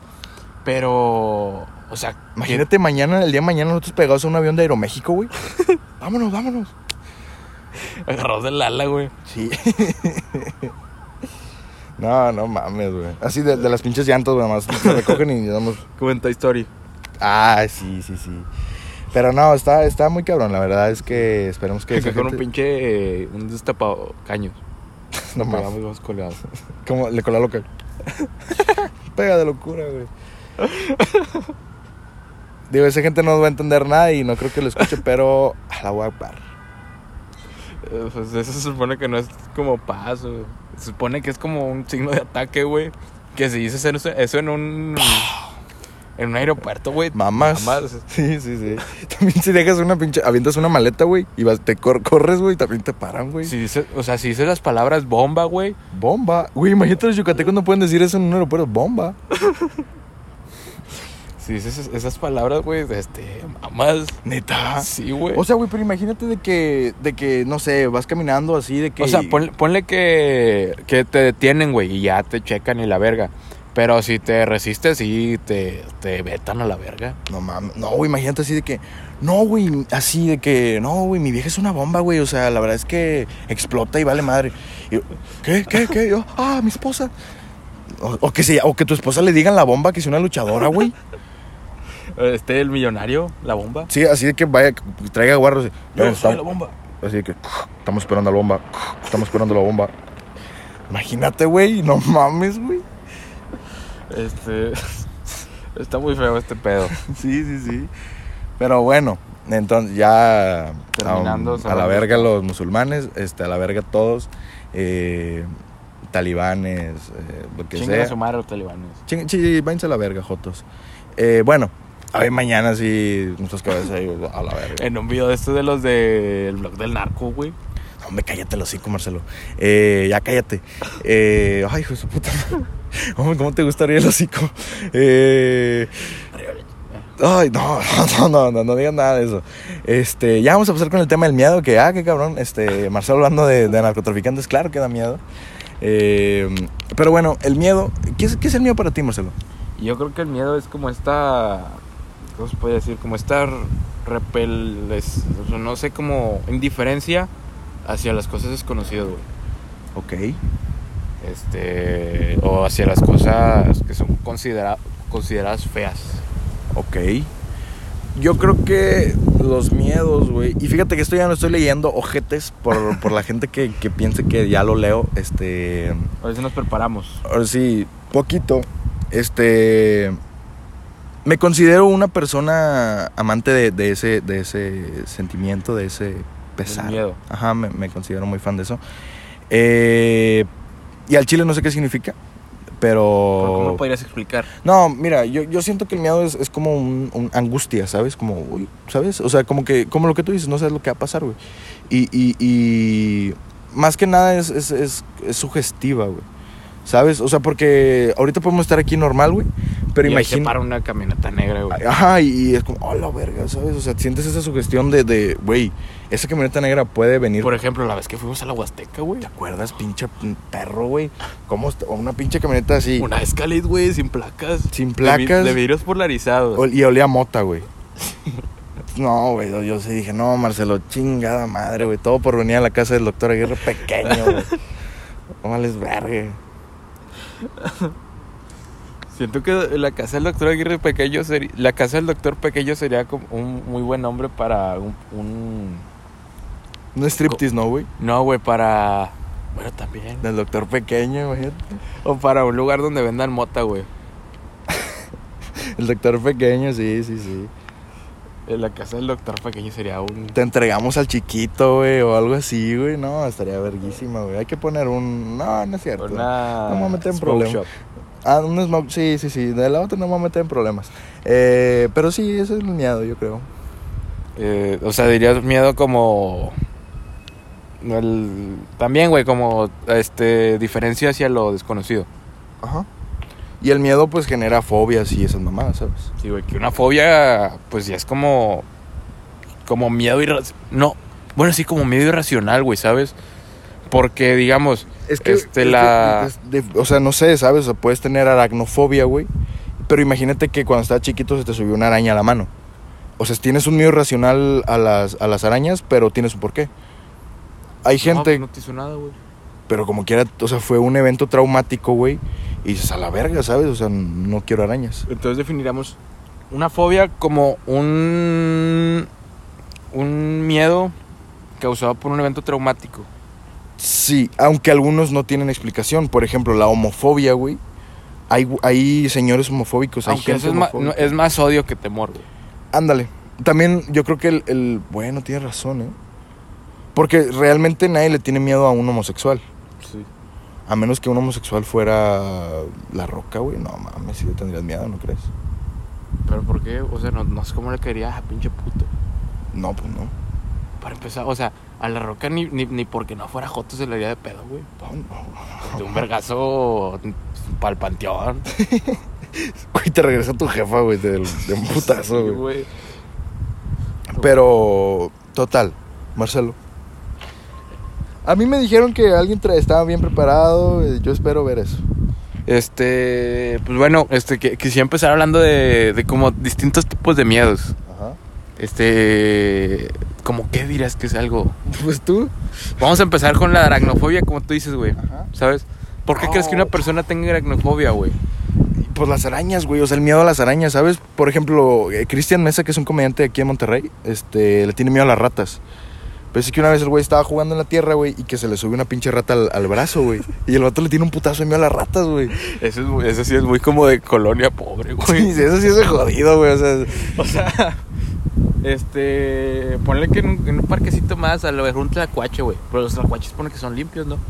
Pero, o sea... Imagínate el día de mañana nosotros pegados a un avión de Aeroméxico, güey. Vámonos. Agarrados del ala, güey. Sí. No mames, güey. Así de las pinches llantas, güey, más se recogen y damos... Como en Toy Story. Sí. Pero no, está muy cabrón, la verdad es que esperemos que... con un pinche... un destapado caños. No mames. Pegamos colgados. Como le cola loca. Pega de locura, güey. Digo, esa gente no va a entender nada y no creo que lo escuche, pero... la voy a par. Pues eso se supone que no es como paz, güey. Se supone que es como un signo de ataque, güey. Que si dices eso en un aeropuerto, güey. Mamás. Sí. También si dejas una pinche... avientas una maleta, güey, y te corres, güey, también te paran, güey. Si dices las palabras bomba, güey. Bomba. Güey, imagínate los yucatecos no pueden decir eso en un aeropuerto. Bomba. Si dices esas palabras, güey, mamás. ¿Neta? Sí, güey. O sea, güey, pero imagínate de que, no sé, vas caminando así, de que... O sea, ponle que te detienen, güey, y ya te checan y la verga. Pero si te resistes, sí, te vetan a la verga. No mames. No, güey, imagínate así de que... No, güey, así de que... No, güey, mi vieja es una bomba, güey. O sea, la verdad es que explota y vale madre. Y yo, ¿Qué? Yo, mi esposa. O que tu esposa le digan la bomba que es una luchadora, güey. El millonario, la bomba. Sí, así de que vaya, traiga guarros. Yo soy la bomba. Así de que estamos esperando la bomba. Estamos esperando la bomba. Imagínate, güey, no mames, güey. Está muy feo este pedo. Sí. Pero bueno, Entonces ya Terminando, a la verga los musulmanes, a la verga todos, talibanes, lo que Chingan sea. a su madre los talibanes. Sí, váyanse a la verga, jotos. Bueno, a ver, mañana sí, nuestras cabezas ahí, a la verga. En un video de estos de los del blog del narco, güey. No, hombre, cállate el hocico, Marcelo. Ya cállate. Ay, hijo de su puta madre. Hombre, ¿cómo te gustaría el hocico? Ay, no digas nada de eso. Ya vamos a pasar con el tema del miedo, que, qué cabrón, Marcelo hablando de narcotraficantes, claro que da miedo. Pero bueno, el miedo, ¿qué es el miedo para ti, Marcelo? Yo creo que el miedo es como esta, ¿cómo se puede decir? Como esta no sé, como indiferencia hacia las cosas desconocidas, güey. Ok. O hacia las cosas que son consideradas feas. Ok. Yo creo que los miedos, güey. Y fíjate que esto ya no estoy leyendo ojetes por la gente que piense que ya lo leo. Ahora sí nos preparamos. Ahora sí, poquito. Me considero una persona amante de ese sentimiento, de ese pesar. El miedo. Ajá, me considero muy fan de eso. Y al chile no sé qué significa, pero... ¿Cómo lo podrías explicar? No, mira, yo siento que el miedo es como un angustia, ¿sabes? Como, uy, ¿sabes? O sea, como lo que tú dices, no sabes lo que va a pasar, güey. Y más que nada es sugestiva, güey. ¿Sabes? O sea, porque ahorita podemos estar aquí normal, güey, pero imagínate... se para una camioneta negra, güey. Ajá, y es como, oh, la verga, ¿sabes? O sea, sientes esa sugestión de, güey, esa camioneta negra puede venir... Por ejemplo, la vez que fuimos a la Huasteca, güey. ¿Te acuerdas, pinche perro, güey? ¿Cómo una pinche camioneta así? Una Escalade, güey, sin placas. Sin placas. De vidrios polarizados. Y olía a mota, güey. No, güey, yo sí dije, no, Marcelo, chingada madre, güey. Todo por venir a la casa del doctor Aguirre pequeño, güey. No vales verga. Siento que la casa del doctor Aguirre Pequeño sería... La casa del doctor Pequeño sería como un muy buen nombre para un striptease, ¿no, güey? No, güey, para... Bueno, también. Del doctor Pequeño, güey. O para un lugar donde vendan mota, güey. El doctor Pequeño, sí. En la casa del doctor Pequeño sería un... Te entregamos al chiquito, güey, o algo así, güey. No, estaría verguísima, güey. Hay que poner un... No es cierto. No me voy a meter en problemas. Un smoke, sí. De la otra no me voy a meter en problemas. Pero sí, eso es el miedo, yo creo. O sea, dirías miedo como... También, güey, como diferencia hacia lo desconocido. Ajá. Y el miedo, pues, genera fobias y esas mamadas, ¿sabes? Sí, güey, que una fobia, pues, ya es como miedo irracional. No, bueno, sí, como miedo irracional, güey, ¿sabes? Porque, digamos, es que, o sea, no sé, ¿sabes? O sea, puedes tener aracnofobia, güey. Pero imagínate que cuando estabas chiquito se te subió una araña a la mano. O sea, tienes un miedo irracional a las arañas, pero tienes un porqué. Hay gente... No te hizo nada, güey. Pero como quiera, o sea, fue un evento traumático, güey. Y dices, a la verga, ¿sabes? O sea, no quiero arañas. Entonces definiríamos una fobia como un miedo causado por un evento traumático. Sí, aunque algunos no tienen explicación. Por ejemplo, la homofobia, güey. Hay señores homofóbicos. Aunque eso es más odio que temor, güey. Ándale. También yo creo que bueno, tienes razón, ¿eh? Porque realmente nadie le tiene miedo a un homosexual. Sí. A menos que un homosexual fuera La Roca, güey. No mames, si le tendrías miedo, ¿no crees? ¿Pero por qué? O sea, no sé cómo le querías a pinche puto. No, pues no. Para empezar, o sea, a La Roca ni porque no fuera joto se le haría de pedo, güey. No. De un vergazo pa'l panteón. Güey, te regresa tu jefa, güey, de un putazo, Sí, güey. Pero, total, Marcelo. A mí me dijeron que alguien estaba bien preparado. Yo espero ver eso. Pues bueno, quisiera empezar hablando de como distintos tipos de miedos. Ajá. Como qué dirías que es algo. Pues tú. Vamos a empezar con la aracnofobia, como tú dices, güey. Ajá. ¿Sabes? ¿Por qué crees que una persona tenga aracnofobia, güey? Pues las arañas, güey. O sea, el miedo a las arañas, ¿sabes? Por ejemplo, Cristian Mesa, que es un comediante aquí en Monterrey, le tiene miedo a las ratas. Pero es que una vez el güey estaba jugando en la tierra, güey, y que se le subió una pinche rata al brazo, güey. Y el vato le tiene un putazo de miedo a las ratas, güey. Eso sí es muy como de colonia pobre, güey. Sí, eso sí es de jodido, güey. O sea, Ponle que en un parquecito más, a lo mejor un tlacuache, güey. Pero los tlacuaches pone que son limpios, ¿no?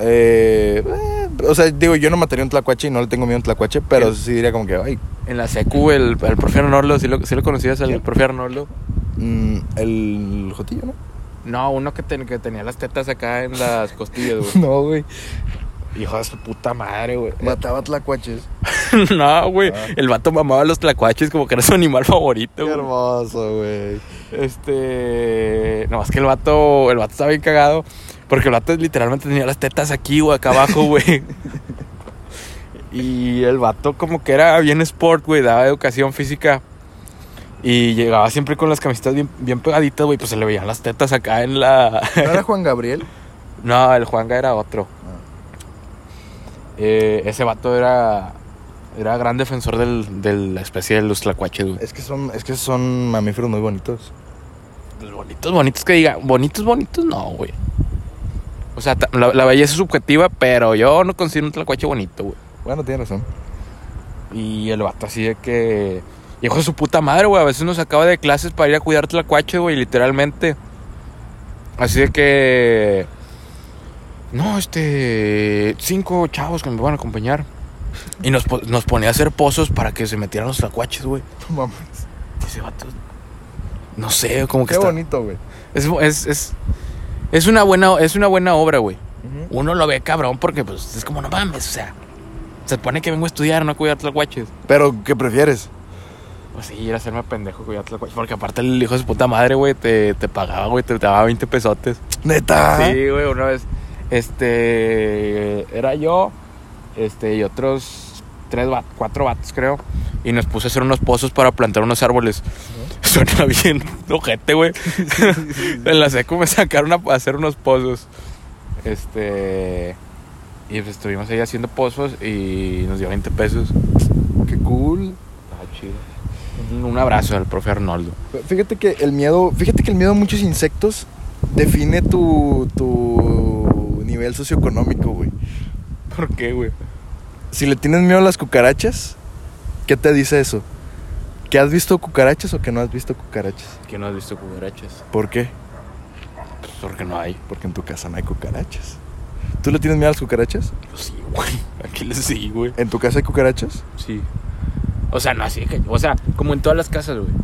O sea, digo, yo no mataría un tlacuache y no le tengo miedo a un tlacuache, pero sí diría como que, ay. En la secu, el profe Arnoldo, ¿sí lo conocías al profe Arnoldo? El Jotillo, ¿no? No, uno que tenía las tetas acá en las costillas, güey. No, güey. Hijo de su puta madre, güey. Mataba tlacuaches. No, güey. El vato mamaba los tlacuaches como que era su animal favorito, Qué güey. hermoso, güey. Nomás que el vato estaba bien cagado. Porque el vato literalmente tenía las tetas aquí, güey, acá abajo, güey. Y el vato como que era bien sport, güey. Daba educación física. Y llegaba siempre con las camisetas bien pegaditas, güey. Pues se le veían las tetas acá en la... ¿No era Juan Gabriel? No, el Juanga era otro. Ese vato era gran defensor de la especie de los tlacuaches, güey. Es que son mamíferos muy bonitos. Pues bonitos que diga. Bonitos, no, güey. O sea, la belleza es subjetiva, pero yo no considero un tlacuache bonito, güey. Bueno, tienes razón. Y el vato así de que... Hijo de su puta madre, güey. A veces nos sacaba de clases para ir a cuidar tlacuaches, güey, literalmente. Así de que... No, 5 chavos que me van a acompañar. Y nos ponía a hacer pozos para que se metieran los tlacuaches, güey. No mames. Ese vato... No sé, como que Qué está... bonito, güey. Es una buena obra, güey. Uh-huh. Uno lo ve cabrón porque, pues, es como, no mames, o sea... Se supone que vengo a estudiar, no a cuidar tlacuaches. Pero, ¿qué prefieres? Pues sí, ir a hacerme pendejo cuidar tlacuaches. Porque aparte el hijo de su puta madre, güey, te pagaba, güey, te daba 20 pesotes. ¿Neta? Sí, güey, una vez... Era yo, y otros 4 vatos, creo. Y nos puso a hacer unos pozos para plantar unos árboles. ¿No? Suena bien ojete, güey. En la secu me sacaron a hacer unos pozos. Y pues estuvimos ahí haciendo pozos y nos dio 20 pesos. Qué cool. Ah, chido. Un abrazo al profe Arnoldo. Fíjate que el miedo a muchos insectos define tu nivel socioeconómico, güey. ¿Por qué, güey? Si le tienes miedo a las cucarachas, ¿qué te dice eso? ¿Que has visto cucarachas o que no has visto cucarachas? Que no has visto cucarachas. ¿Por qué? Pues porque no hay. Porque en tu casa no hay cucarachas. ¿Tú le tienes miedo a las cucarachas? Pues sí, güey. Aquí sí, güey. ¿En tu casa hay cucarachas? Sí. O sea, no así que... O sea, como en todas las casas, güey.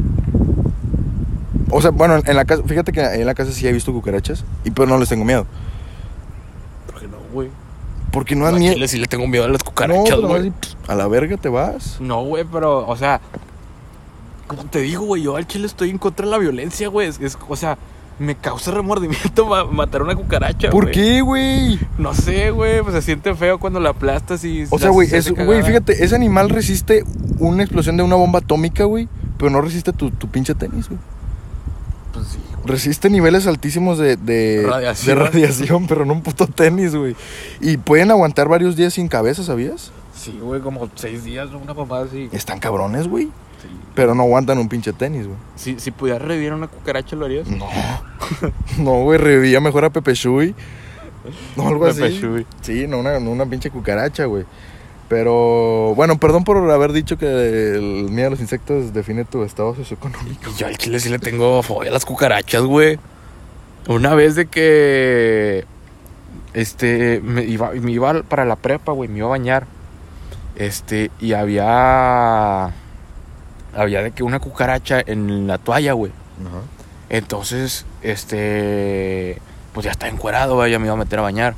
O sea, bueno, en la casa... Fíjate que en la casa sí he visto cucarachas. Pero no les tengo miedo. ¿Por qué no, güey? Porque no dan miedo. A Chile sí le tengo miedo a las cucarachas, güey. A la verga te vas. No, güey, pero... O sea... Como te digo, güey, yo al chile estoy en contra de la violencia, güey. O sea, me causa remordimiento matar una cucaracha, ¿Por qué, güey? No sé, güey, pues se siente feo cuando la aplastas y... O sea, güey, fíjate, ese animal resiste una explosión de una bomba atómica, güey, pero no resiste tu pinche tenis, güey. Pues sí, güey. Resiste niveles altísimos de radiación, pero no un puto tenis, güey. Y pueden aguantar varios días sin cabeza, ¿sabías? Sí, güey, como 6 días, una mamada así. Están cabrones, güey. Sí. Pero no aguantan un pinche tenis, güey. Si pudieras revivir a una cucaracha, ¿lo harías? No. No, güey, revivía mejor a Pepe Shui. No, algo Pepe así. Shui. Sí, no una pinche cucaracha, güey. Pero, bueno, perdón por haber dicho que el miedo a los insectos define tu estado socioeconómico. Yo al chile sí le tengo fobia a las cucarachas, güey. Una vez de que... me iba para la prepa, güey, me iba a bañar. Y había de que una cucaracha en la toalla, güey. Ajá. Entonces, pues ya estaba encuerado, güey, ya me iba a meter a bañar.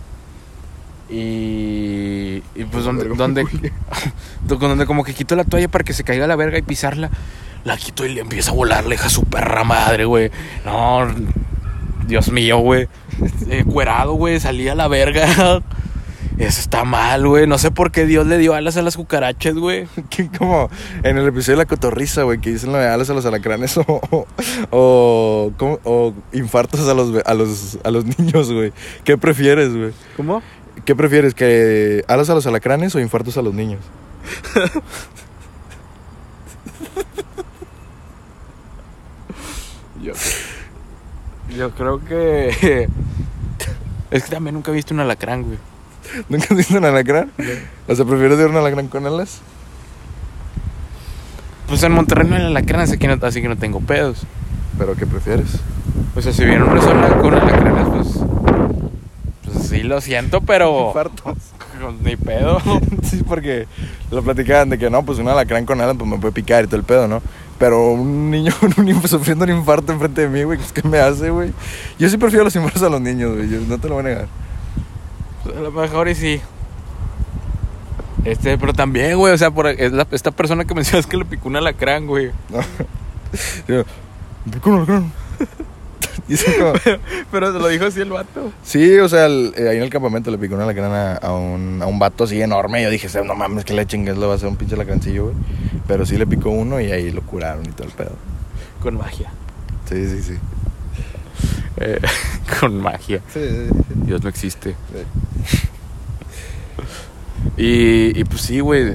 Y pues donde como que quito la toalla para que se caiga la verga y pisarla, la quito y le empieza a volar la hija su perra madre, güey. No, Dios mío, güey. Encuerado, güey, salí a la verga. Eso está mal, güey. No sé por qué Dios le dio alas a las cucarachas, güey. Como en el episodio de La Cotorrisa, güey, que dicen alas a los alacranes o infartos a los niños, güey. ¿Qué prefieres, güey? ¿Cómo? ¿Qué prefieres? ¿Que alas a los alacranes o infartos a los niños? Yo creo que... Es que también nunca he visto un alacrán, güey. ¿Nunca has visto un alacrán? No. O sea, ¿prefieres ver un alacrán con alas? Pues en Monterrey no hay alacrán, así que no tengo pedos. ¿Pero qué prefieres? O sea, si viene una sola con alacranes, pues sí lo siento, pero Infartos. ni pedo. Sí, porque lo platicaban de que no, pues un alacrán con alas pues me puede picar y todo el pedo, ¿no? Pero un niño sufriendo un infarto enfrente de mí, güey, ¿qué me hace, güey? Yo sí prefiero los infartos a los niños, güey, yo no te lo voy a negar. Pues, a lo mejor y sí. Pero también, güey, o sea, esta persona que mencionas que le picó un alacrán, güey. No. Yo, me picó un alacrán. Y así como, Pero se lo dijo así el vato. sí, o sea, ahí en el campamento le picó un alacrán a un vato así enorme. Yo dije, no mames, que le chingues, le va a hacer un pinche alacrancillo, güey. Pero sí le picó uno y ahí lo curaron y todo el pedo. Con magia. Sí, sí, sí. Con magia. Sí, sí, sí. Dios no existe. Y pues sí, güey.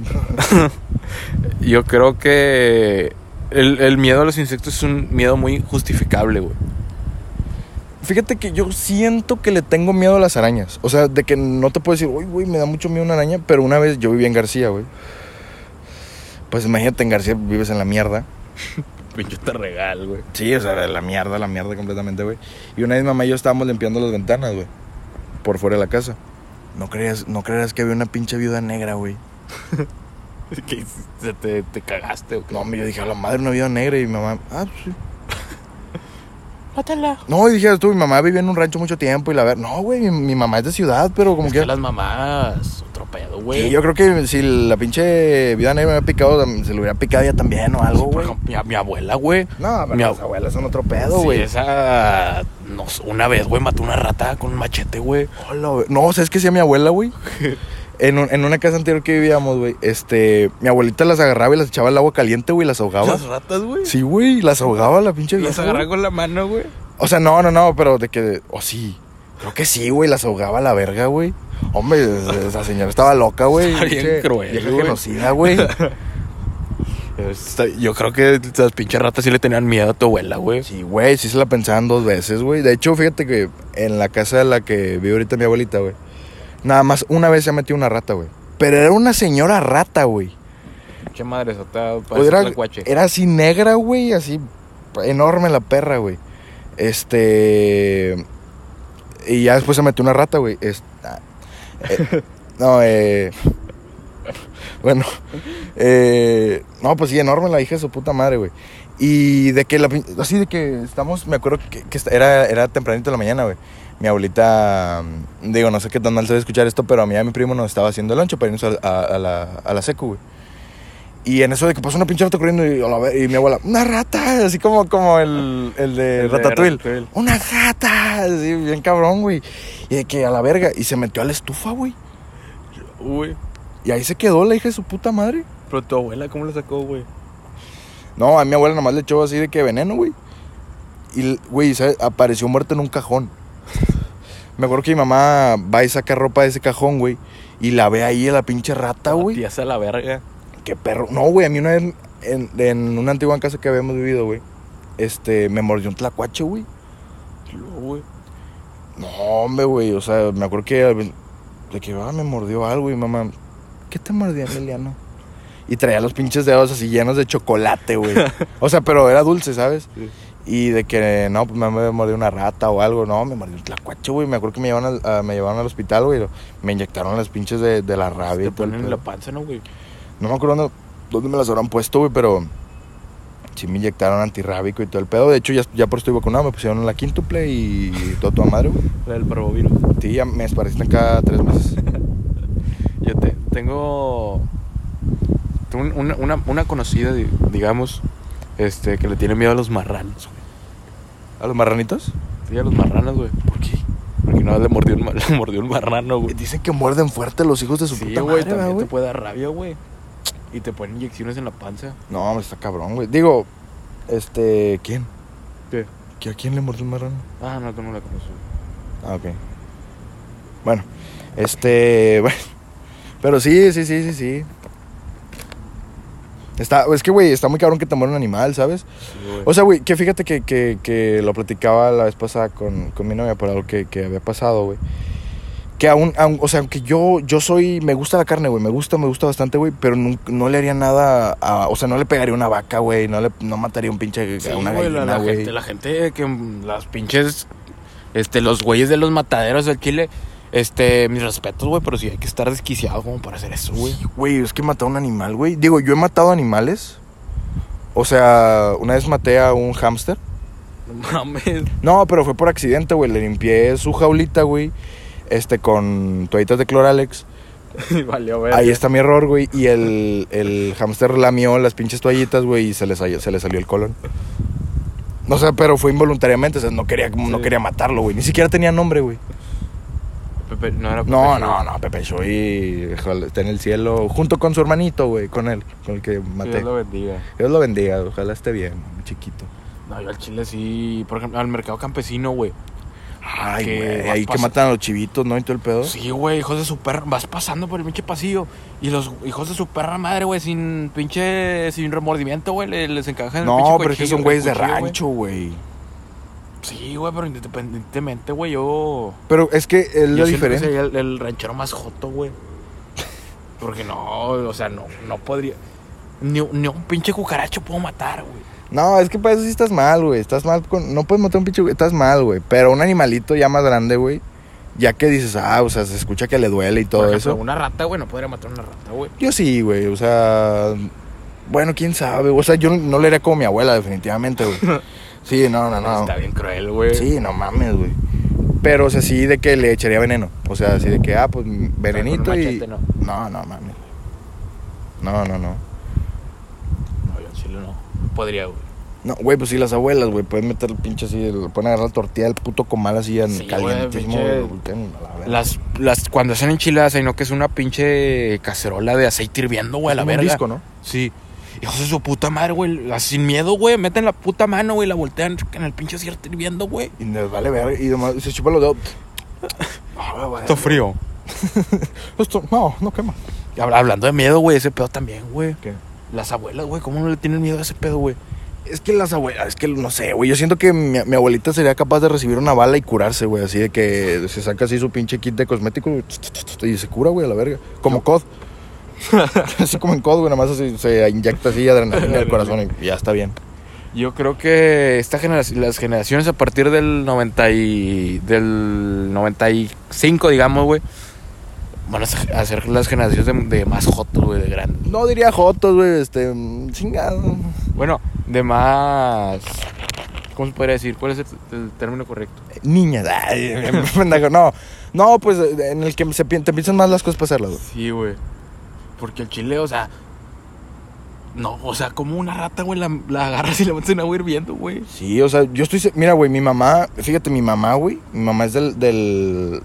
Yo creo que el miedo a los insectos es un miedo muy justificable, güey. Fíjate que yo siento que le tengo miedo a las arañas. O sea, de que no te puedo decir, uy, güey, me da mucho miedo una araña. Pero una vez yo vivía en García, güey. Pues imagínate, en García vives en la mierda. Pinche te regal, güey. Sí, o sea, la mierda completamente, güey. Y una vez mamá y yo estábamos limpiando las ventanas, güey. Por fuera de la casa. No creas que había una pinche viuda negra, güey. ¿Qué hiciste? ¿Te cagaste o qué? No, hombre, yo dije, a la madre, una viuda negra. Y mi mamá, pues sí. Mátala. No, y dije, tú, mi mamá vivía en un rancho mucho tiempo y la verdad, no, güey, mi mamá es de ciudad, pero como Es que las mamás, otro pedo, güey. Sí, yo creo que si la pinche viuda negra me hubiera picado, se lo hubiera picado ella también o algo, güey. Mi abuela, güey. No, pero las abuelas son otro pedo, Sí, güey. esa... No, una vez, güey, mató una rata con un machete, güey. Hola, güey. No, ¿sabes qué hacía mi abuela, güey? En una casa anterior que vivíamos, güey, mi abuelita las agarraba y las echaba al agua caliente, güey, las ahogaba. ¿Las ratas, güey? Sí, güey, las ahogaba la pinche vieja. Las agarraba con la mano, güey. O sea, no, pero de que... sí. Creo que sí, güey, las ahogaba a la verga, güey. Hombre, esa señora estaba loca, güey. Está bien cruel, vieja güey. genocida, güey. Yo creo que las pinches ratas sí le tenían miedo a tu abuela, güey. Sí, güey, sí se la pensaban 2 veces, güey. De hecho, fíjate que en la casa de la que vive ahorita mi abuelita, güey, nada más una vez se metió una rata, güey. Pero era una señora rata, güey. Qué madre, eso Era así negra, güey, así enorme la perra, güey. Y ya después se metió una rata, güey. Bueno. No, pues sí, enorme la hija de su puta madre, güey. Y de que así de que estamos, me acuerdo que era tempranito de la mañana, güey. Mi abuelita, digo, no sé qué tan mal se debe escuchar esto, pero a mí y a mi primo nos estaba haciendo el lonche para irnos a la secu, güey. Y en eso de que pasó una pinche rata corriendo y mi abuela, una rata, así como el de Ratatouille. Una rata, así bien cabrón, güey. Y de que a la verga, y se metió a la estufa, güey. Uy. Y ahí se quedó la hija de su puta madre. Pero tu abuela, ¿cómo la sacó, güey? No, a mi abuela nomás le echó así de que veneno, güey. Y, güey, ¿sabes? Apareció muerta en un cajón. Me acuerdo que mi mamá va y saca ropa de ese cajón, güey. Y la ve ahí a la pinche rata, güey. Tía, a la verga. Qué perro. No, güey, a mí una vez en una antigua casa que habíamos vivido, güey, me mordió un tlacuache, güey. No, güey. No, hombre, güey, o sea, me acuerdo que me mordió algo y mamá, ¿qué te mordió, Emiliano? Y traía los pinches dedos así llenos de chocolate, güey. O sea, pero era dulce, ¿sabes? Sí. Y de que, no, pues me mordió una rata o algo. No, me mordió un tlacuache, güey. Me acuerdo que me llevaron al hospital, güey. Me inyectaron las pinches de la rabia. Te ponen en la panza, ¿no, güey? No me acuerdo dónde me las habrán puesto, güey, pero sí me inyectaron antirrábico y todo el pedo. De hecho, ya por estoy vacunado, me pusieron la quíntuple y toda madre, güey. La del parvovirus. Sí, ya me desparecen cada 3 meses. Yo tengo una conocida, digamos, que le tiene miedo a los marranos, güey. ¿A los marranitos? Sí, a los marranos, güey. ¿Por qué? Porque una vez le mordió un marrano, güey. Dicen que muerden fuerte los hijos de su puta madre, también güey. te puede dar rabia, güey. Y te ponen inyecciones en la panza. No, me está cabrón, güey. Digo, ¿quién? ¿Qué? ¿A quién le mordió un marrano? Ah, no, tú no la conoces. Ah, ok. Bueno, bueno. Pero sí. Es que, güey, está muy cabrón que te muera un animal, ¿sabes? Sí, güey. O sea, güey, que fíjate que lo platicaba la vez pasada con mi novia por algo que había pasado, güey. que o sea, aunque yo soy, me gusta la carne, güey, me gusta bastante, güey, pero no le haría nada o sea, no le pegaría una vaca, güey, no mataría un pinche Sí, a una güey, gallina, güey. la gente que las pinches, los güeyes de los mataderos del Chile, mis respetos, güey, pero sí hay que estar desquiciado como para hacer eso, güey. Güey, es que matar a un animal, güey. Digo, yo he matado animales. O sea, una vez maté a un hámster. No mames. No, pero fue por accidente, güey. Le limpié su jaulita, güey. Con toallitas de Cloralex. Valió ver. Ahí está mi error, güey. Y el hámster lamió las pinches toallitas, güey, y se le salió el colon. O sea, pero fue involuntariamente. O sea, no quería matarlo, güey. Ni siquiera tenía nombre, güey. Pepe, no era Pepe. No, Pepe Shui está en el cielo. Junto con su hermanito, güey. Con el que maté. Dios lo bendiga. Dios lo bendiga. Ojalá esté bien, chiquito. No, yo al Chile sí. Por ejemplo, al mercado campesino, güey. Ay, güey, ahí que matan a los chivitos, ¿no? Y todo el pedo. Sí, güey, hijos de su perra. Vas pasando por el pinche pasillo y los hijos de su perra madre, güey, sin remordimiento, güey, les encajan el pinche No, cuchillo. pero es que son güeyes de cuchillo, rancho, güey. Sí, güey, pero independientemente, güey, yo... Pero es que es yo lo siento diferente. que sería el ranchero más joto, güey. Porque no, o sea, no podría... Ni un pinche cucaracho puedo matar, güey. No, es que para eso sí estás mal, güey. Estás mal no puedes matar a un pinche, güey. Estás mal, güey. Pero un animalito ya más grande, güey. Ya que dices, o sea, se escucha que le duele y todo Por ejemplo, eso. una rata, güey, no podría matar una rata, güey. Yo sí, güey. O sea, bueno, quién sabe. O sea, yo no le haría como mi abuela, definitivamente, güey. Sí, no. Está bien cruel, güey. Sí, no mames, güey. Pero, o sea, sí de que le echaría veneno. O sea, así de que, pues, venenito con un y... machete, no. No, mames. No. No, yo en Chile no podría, güey. No, güey, pues sí, las abuelas, güey, pueden meter el pinche así, pueden agarrar la tortilla del puto comal así en Sí, calientísimo, güey, güey, lo voltean a la verga. Cuando hacen enchiladas, ahí no que es una pinche cacerola de aceite hirviendo, güey, a la Como un verga. disco, ¿no? Sí. Hijos de su puta madre, güey, sin miedo, güey, meten la puta mano, güey, la voltean en el pinche aceite hirviendo, güey. Y les vale verga, y nomás se chupan los dedos. Está frío. Esto, no quema. Y hablando de miedo, güey, ese pedo también, güey. ¿Qué? Las abuelas, güey, ¿cómo no le tienen miedo a ese pedo, güey? Es que las abuelas, es que no sé, güey, yo siento que mi abuelita sería capaz de recibir una bala y curarse, güey, así de que se saca así su pinche kit de cosméticos y se cura, güey, a la verga. Como COD. Así como en COD, güey, nada más así, se inyecta así adrenalina al corazón y ya está bien. Yo creo que las generaciones a partir del 95, digamos, güey, van a ser las generaciones de más jotos, güey, de grandes. No diría jotos, güey, chingado. Bueno, de más... ¿Cómo se podría decir? ¿Cuál es el término correcto? Niñas, pendejo, no, pues en el que te piensan más las cosas para hacerlas, güey. Sí, güey. Porque el chile, o sea... No, o sea, como una rata, güey, la agarras y la metes en agua hirviendo, güey. Sí, o sea, yo estoy... Mira, güey, mi mamá, fíjate, mi mamá es del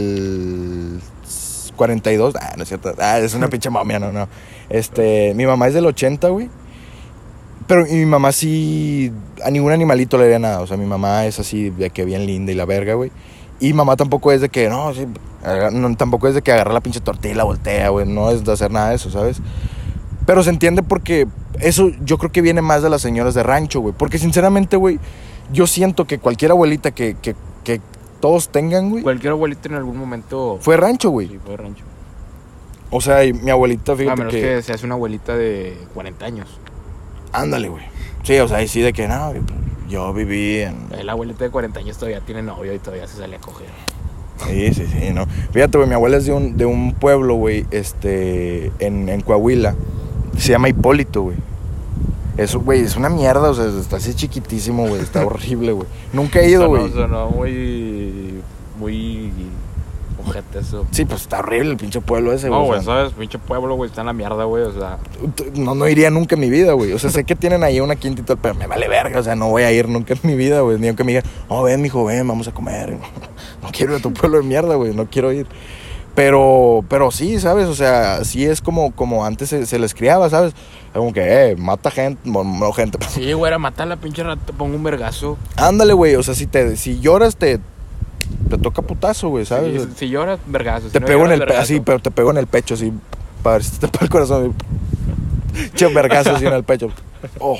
42, no es cierto, es una pinche momia, no. Mi mamá es del 80, güey. Pero mi mamá sí, a ningún animalito le haría nada, o sea, mi mamá es así de que bien linda y la verga, güey. Y mamá tampoco es de que, tampoco es de que agarra la pinche tortilla y la voltea, güey, no es de hacer nada de eso, ¿sabes? Pero se entiende porque eso yo creo que viene más de las señoras de rancho, güey. Porque sinceramente, güey, yo siento que cualquier abuelita que todos tengan, güey. Cualquier abuelita en algún momento... Fue rancho, güey. Sí, fue rancho. O sea, y mi abuelita, fíjate a menos que se hace una abuelita de 40 años. Ándale, güey. Sí, o sea, y sí de que no, yo viví en... La abuelita de 40 años todavía tiene novio y todavía se sale a coger. Sí, no. Fíjate, güey, mi abuela es de un pueblo, güey, en Coahuila. Se llama Hipólito, güey. Eso, güey, es una mierda, o sea, está así chiquitísimo, güey, está horrible, güey. Nunca he ido, güey. Sonó muy ojete eso. Sí, pues está horrible el pinche pueblo ese, güey. No, güey, güey, ¿sabes? Pinche pueblo, güey, está en la mierda, güey, o sea... No iría nunca en mi vida, güey. O sea, sé que tienen ahí una quinta y todo, pero me vale verga, o sea, no voy a ir nunca en mi vida, güey. Ni aunque me digan, ven, mijo, ven, vamos a comer. No quiero ir a tu pueblo de mierda, güey, no quiero ir. Pero sí, ¿sabes? O sea, sí es como antes se les criaba, ¿sabes? Como que, mata gente, no gente. Sí, güey, mata a la pinche rata, pongo un vergazo. Ándale, güey, o sea, si lloras, te toca putazo, güey, ¿sabes? Sí, si lloras, vergazo. Te pego en el pecho, así, pero te pego en el pecho, así, para ver si te tapa el corazón. Che, vergazo así en el pecho. Oh.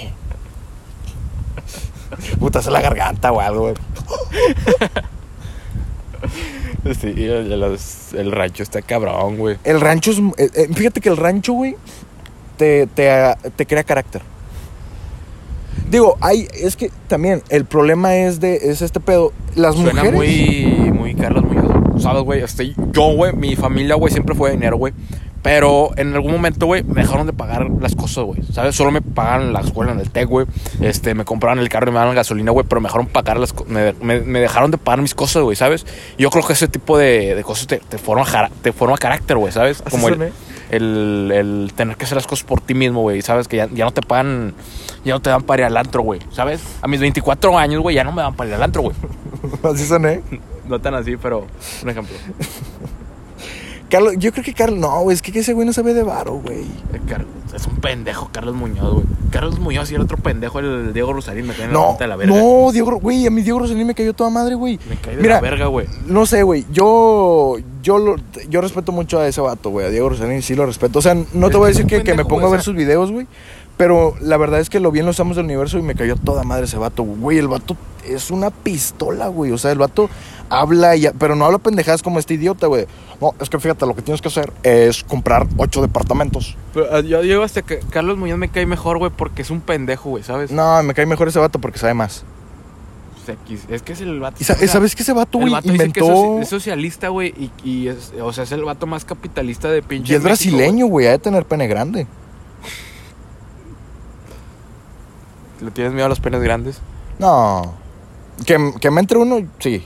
Putas en la garganta o algo, güey. Sí, el rancho está cabrón, güey. El rancho es... fíjate que el rancho, güey, te crea carácter. Digo, es que también el problema es este pedo. Las Suena mujeres... muy Carlos Muñoz, ¿sabes, güey? Yo, güey, mi familia, güey, siempre fue de dinero, güey. Pero en algún momento, güey, me dejaron de pagar las cosas, güey, ¿sabes? Solo me pagaban la escuela en el TEC, güey. Me compraban el carro y me daban gasolina, güey. Pero me dejaron pagar me dejaron de pagar mis cosas, güey, ¿sabes? Y yo creo que ese tipo de cosas te forma carácter, güey, ¿sabes? Como el tener que hacer las cosas por ti mismo, güey, ¿sabes? Que ya no te pagan, ya no te dan para ir al antro, güey, ¿sabes? A mis 24 años, güey, ya no me dan para ir al antro, güey. Así soné. No tan así, pero un ejemplo. Carlos, yo creo que Carlos... No, güey, es que ese güey no sabe de varo, güey. Es un pendejo Carlos Muñoz, güey. Carlos Muñoz y el otro pendejo, el Diego Rosarín, me caen en la punta de la verga. No, Diego, güey, a mi Diego Rosarín me cayó toda madre, güey. Me cae de la verga, güey. No sé, güey, yo respeto mucho a ese vato, güey, a Diego Rosarín, sí lo respeto. O sea, no te voy a decir que me ponga a ver sus videos, güey. Pero la verdad es que lo vi en Los Amos del Universo y me cayó toda madre ese vato, güey. El vato es una pistola, güey. O sea, el vato habla, pero no habla pendejadas como este idiota, güey. No, es que fíjate, lo que tienes que hacer es comprar 8 departamentos. Pero yo digo hasta que Carlos Muñoz me cae mejor, güey, porque es un pendejo, güey, ¿sabes? No, me cae mejor ese vato porque sabe más. Es que es el vato. ¿Sabes que ese vato, güey, inventó? Es socialista, güey, y o sea, es el vato más capitalista de pinche. Y es brasileño, güey, ha de tener pene grande. ¿Le tienes miedo a los penes grandes? No. Que me entre uno, sí.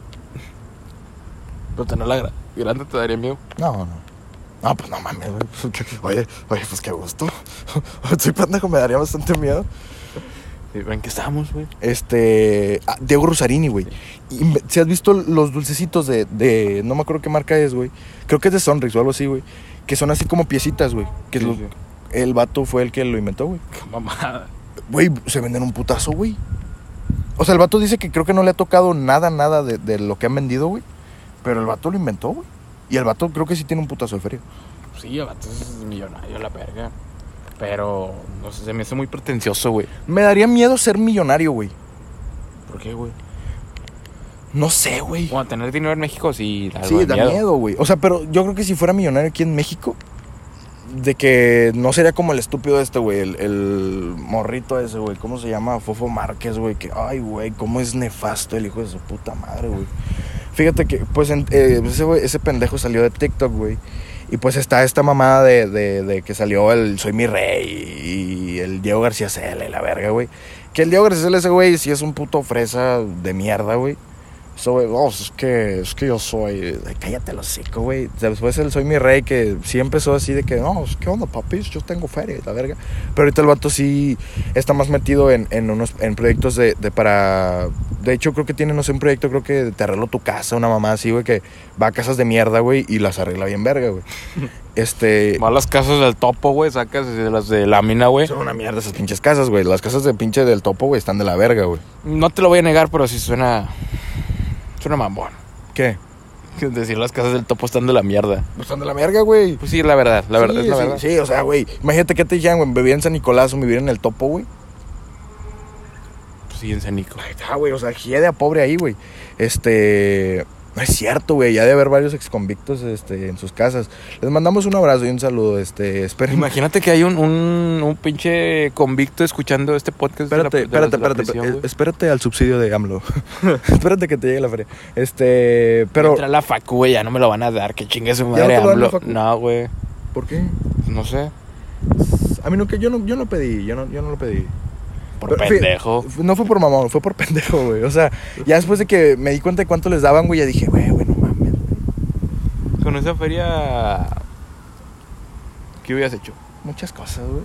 Pero tener la grande te daría miedo. No. No, pues no mames, güey. Oye, pues qué gusto. Soy pendejo, me daría bastante miedo. ¿En qué estamos, güey? Diego Rosarini, güey. Si has visto los dulcecitos de no me acuerdo qué marca es, güey. Creo que es de Sonrix o algo así, güey. Que son así como piecitas, güey. Que sí. El vato fue el que lo inventó, güey. Qué mamada. Güey, se venden un putazo, güey. O sea, el vato dice que creo que no le ha tocado nada de lo que han vendido, güey. Pero el vato lo inventó, güey. Y el vato creo que sí tiene un putazo de feria. Sí, el vato es millonario, la verga. Pero, no sé, se me hace muy pretencioso, güey. Me daría miedo ser millonario, güey. ¿Por qué, güey? No sé, güey. Bueno, tener dinero en México sí da Sí, da miedo, güey. O sea, pero yo creo que si fuera millonario aquí en México, de que no sería como el estúpido güey, el morrito ese, güey. ¿Cómo se llama? Fofo Márquez, güey. Que, ay, güey, cómo es nefasto el hijo de su puta madre, güey. Fíjate que, pues, ese pendejo salió de TikTok, güey. Y pues está esta mamada de que salió el Soy mi rey y el Diego García Cela y la verga, güey. Que el Diego García Cela, ese güey, sí es un puto fresa de mierda, güey. Eso, güey, es que yo soy... Cállate el hocico, güey. Después el Soy mi rey, que sí empezó así de que, no, ¿qué onda, papis? Yo tengo feria, la verga. Pero ahorita el vato sí está más metido en proyectos de hecho, creo que tiene, no sé, un proyecto, creo que te arreglo tu casa, una mamá así, güey, que va a casas de mierda, güey, y las arregla bien verga, güey. Va a las casas del Topo, güey, sacas de las de lámina, güey. Son una mierda esas pinches casas, güey. Las casas de pinche del Topo, güey, están de la verga, güey. No te lo voy a negar, pero sí suena mamón. ¿Qué? Decir las casas del Topo están de la mierda. Pues están de la verga, güey. Pues sí, la verdad, es la verdad. Sí, o sea, güey, imagínate que te dijeran, güey, vivir en San Nicolás o vivir en el Topo, güey. Pues sí, en San Nicolás. Ahí está, güey, o sea, de a pobre ahí, güey. No es cierto, güey, ya de haber varios exconvictos en sus casas. Les mandamos un abrazo y un saludo, esperen. Imagínate que hay un pinche convicto escuchando este podcast. Espérate. Espérate al subsidio de AMLO. Espérate que te llegue la feria. Pero... Entra la facu, güey, ya no me lo van a dar. Que chingue su madre, AMLO. No, güey. ¿Por qué? No sé. A mí no, yo no lo pedí, yo no lo pedí. Por pendejo. No fue por mamón, fue por pendejo, güey. O sea, ya después de que me di cuenta de cuánto les daban, güey, ya dije, güey, no mames. Con esa feria, ¿qué hubieras hecho? Muchas cosas, güey.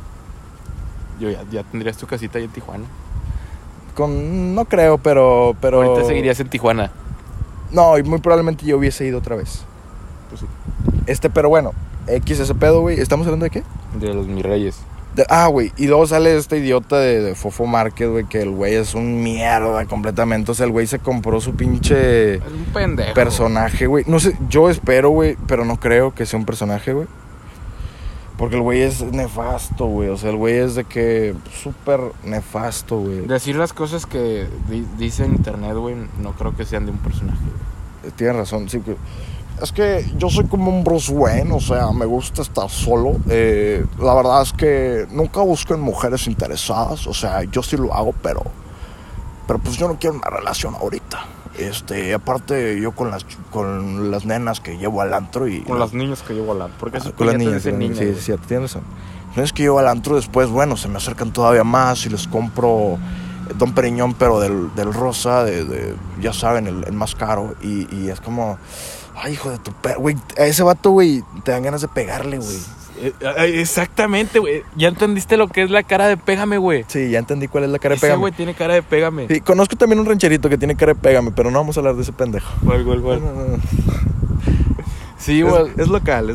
Ya tendrías tu casita ahí en Tijuana. No creo, pero... Ahorita seguirías en Tijuana. No, y muy probablemente yo hubiese ido otra vez. Pues sí. Pero bueno, ese pedo, güey. ¿Estamos hablando de qué? De los mis reyes. Güey, y luego sale este idiota de Fofo Márquez, güey, que el güey es un mierda completamente. O sea, el güey se compró su pinche... Es un pendejo. Personaje, güey. No sé, yo espero, güey, pero no creo que sea un personaje, güey. Porque el güey es nefasto, güey. O sea, el güey es de que... súper nefasto, güey. Decir las cosas que dice en internet, güey, no creo que sean de un personaje, güey. tienes razón, sí. Es que yo soy como un Bruce Wayne, o sea, me gusta estar solo. La verdad es que nunca busco en mujeres interesadas, o sea, yo sí lo hago, pero pues yo no quiero una relación ahorita. Aparte yo con las nenas que llevo al antro y... Con las niñas que llevo al antro, porque eso con las niñas, sí, sí, tienes razón. Las niñas que llevo al antro después, bueno, se me acercan todavía más y les compro Don Periñón, pero del rosa, ya saben, el más caro, y es como... Ay, hijo de tu perro, güey. A ese vato, güey, te dan ganas de pegarle, güey. Exactamente, güey. Ya entendiste lo que es la cara de pégame, güey. Sí, ya entendí cuál es la cara de pégame. Ese güey tiene cara de pégame. Sí, conozco también un rancherito que tiene cara de pégame, pero no vamos a hablar de ese pendejo. ¿Cuál? No. Sí, güey. Es local.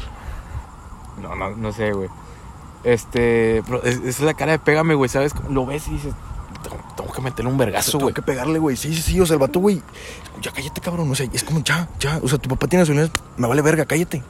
No sé, güey. Pero es la cara de pégame, güey, ¿sabes? Lo ves y dices, tengo que meterle un vergazo, güey. Tengo que pegarle, güey. Sí, o sea, el vato, güey. Ya cállate, cabrón. O sea, es como ya. O sea, tu papá tiene gasolina, me vale verga, cállate.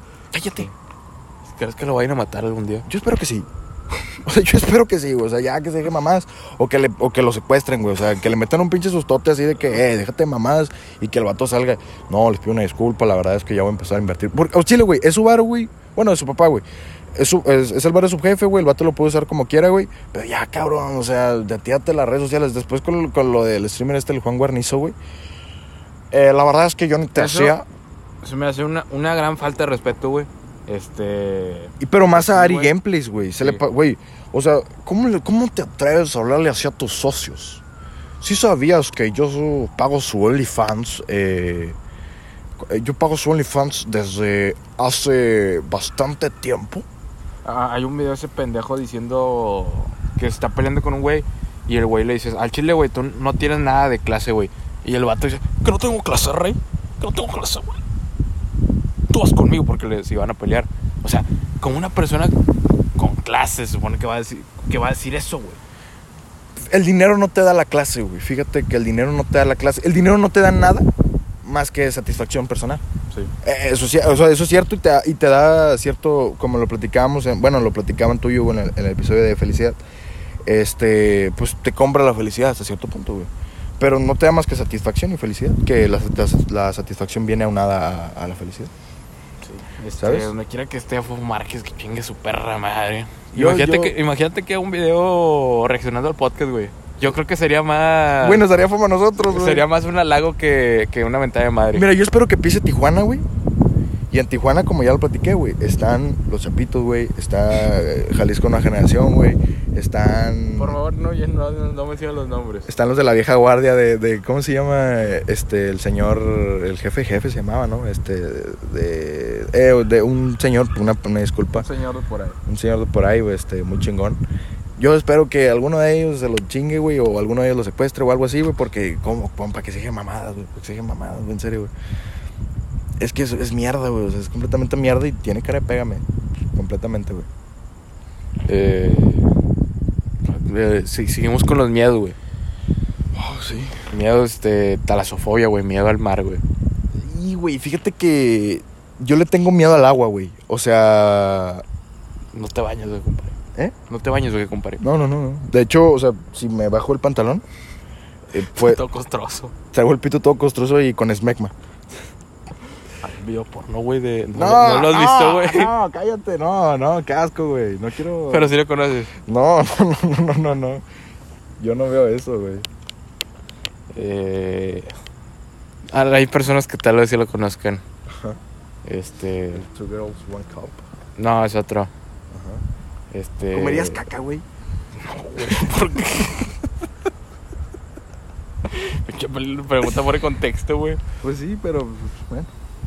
¿Crees que lo vayan a matar algún día? Yo espero que sí. O sea, yo espero que sí, güey. O sea, ya que se deje mamás. O que lo secuestren, güey. O sea, que le metan un pinche sustote así de que, déjate de mamás. Y que el vato salga. No, les pido una disculpa. La verdad es que ya voy a empezar a invertir. Porque, Chile, güey, es su varo, güey. Bueno, de su papá, güey. Es el varo de su jefe, güey. El vato lo puede usar como quiera, güey. Pero ya, cabrón. O sea, tírate las redes sociales. Después con lo del streamer el Juan Guarnizo, güey. La verdad es que yo ni te hacía. Se me hace una gran falta de respeto, güey. Pero más a Ari güey. Gameplays, güey. Güey, o sea, ¿cómo te atreves a hablarle así a tus socios? ¿Sí sabías que yo pago su OnlyFans? Yo pago su OnlyFans desde hace bastante tiempo. Hay un video de ese pendejo diciendo que se está peleando con un güey. Y el güey le dice, al chile, güey, tú no tienes nada de clase, güey. Y el vato dice, que no tengo clase, rey. Que no tengo clase, güey. Tú vas conmigo porque les iban a pelear. O sea, como una persona con clase se supone que va a decir eso, güey. El dinero no te da la clase, güey. Fíjate que el dinero no te da la clase. El dinero no te da nada más que satisfacción personal. Sí. Eso es cierto y te da cierto, como lo platicábamos, lo platicaban tú y yo en el episodio de felicidad. Pues te compra la felicidad hasta cierto punto, güey. Pero no te da más que satisfacción y felicidad. Que la satisfacción viene aunada a la felicidad. ¿Sabes? Donde quiera que esté Afo Márquez, que chingue su perra madre. Imagínate Imagínate que haga un video reaccionando al podcast, güey. Yo creo que sería más... Güey, nos daría fama a nosotros, güey. Sería más un halago que una mentada de madre. Mira, yo espero que pise Tijuana, güey. Y en Tijuana, como ya lo platiqué, güey, están los Chapitos, güey. Está Jalisco Una Generación, güey. Están... Por favor, no menciones los nombres. Están los de la vieja guardia de ¿cómo se llama? El señor... El jefe se llamaba, ¿no? De un señor, una disculpa. Un señor de por ahí. Un señor de por ahí, güey, muy chingón. Yo espero que alguno de ellos se lo chingue, güey, o alguno de ellos lo secuestre o algo así, güey, porque, para que se dejen mamadas, güey, güey, en serio, güey. Es que es mierda, güey, o sea, es completamente mierda y tiene cara de pégame, completamente, güey. Seguimos con los miedos, güey. Oh, sí. Miedo, talasofobia, güey, miedo al mar, güey. Y, güey, fíjate que yo le tengo miedo al agua, güey, o sea... No te bañes, güey, compadre. No te bañes, güey, compadre. No. De hecho, o sea, si me bajo el pantalón, todo costroso. Traigo el pito todo costroso y con esmegma. Hay un video porno, güey, ¿No lo has visto, güey? No, cállate, no, qué asco, güey. No quiero... Pero sí lo conoces. No. Yo no veo eso, güey. Hay personas que tal vez sí lo conozcan. Ajá. Two Girls, One Cup. No, es otro. Ajá. ¿Comerías caca, güey? No, güey, ¿por qué? Pregunta por el contexto, güey. Pues sí, pero bueno.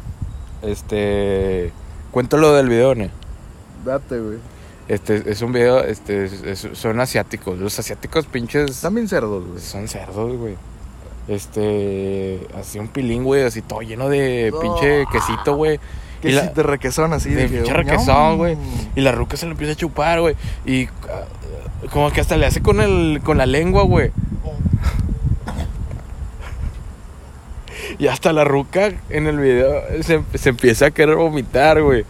Cuento lo del video, ¿no? Date, güey. Es un video, son asiáticos. Los asiáticos pinches... Están bien cerdos, güey. Son cerdos, güey. Así un pilín, güey, así todo lleno de pinche quesito, güey. De requesón, así. De pinche requesón, güey. Y la ruca se lo empieza a chupar, güey. Y como que hasta le hace con la lengua, güey. Y hasta la ruca en el video se empieza a querer vomitar, güey.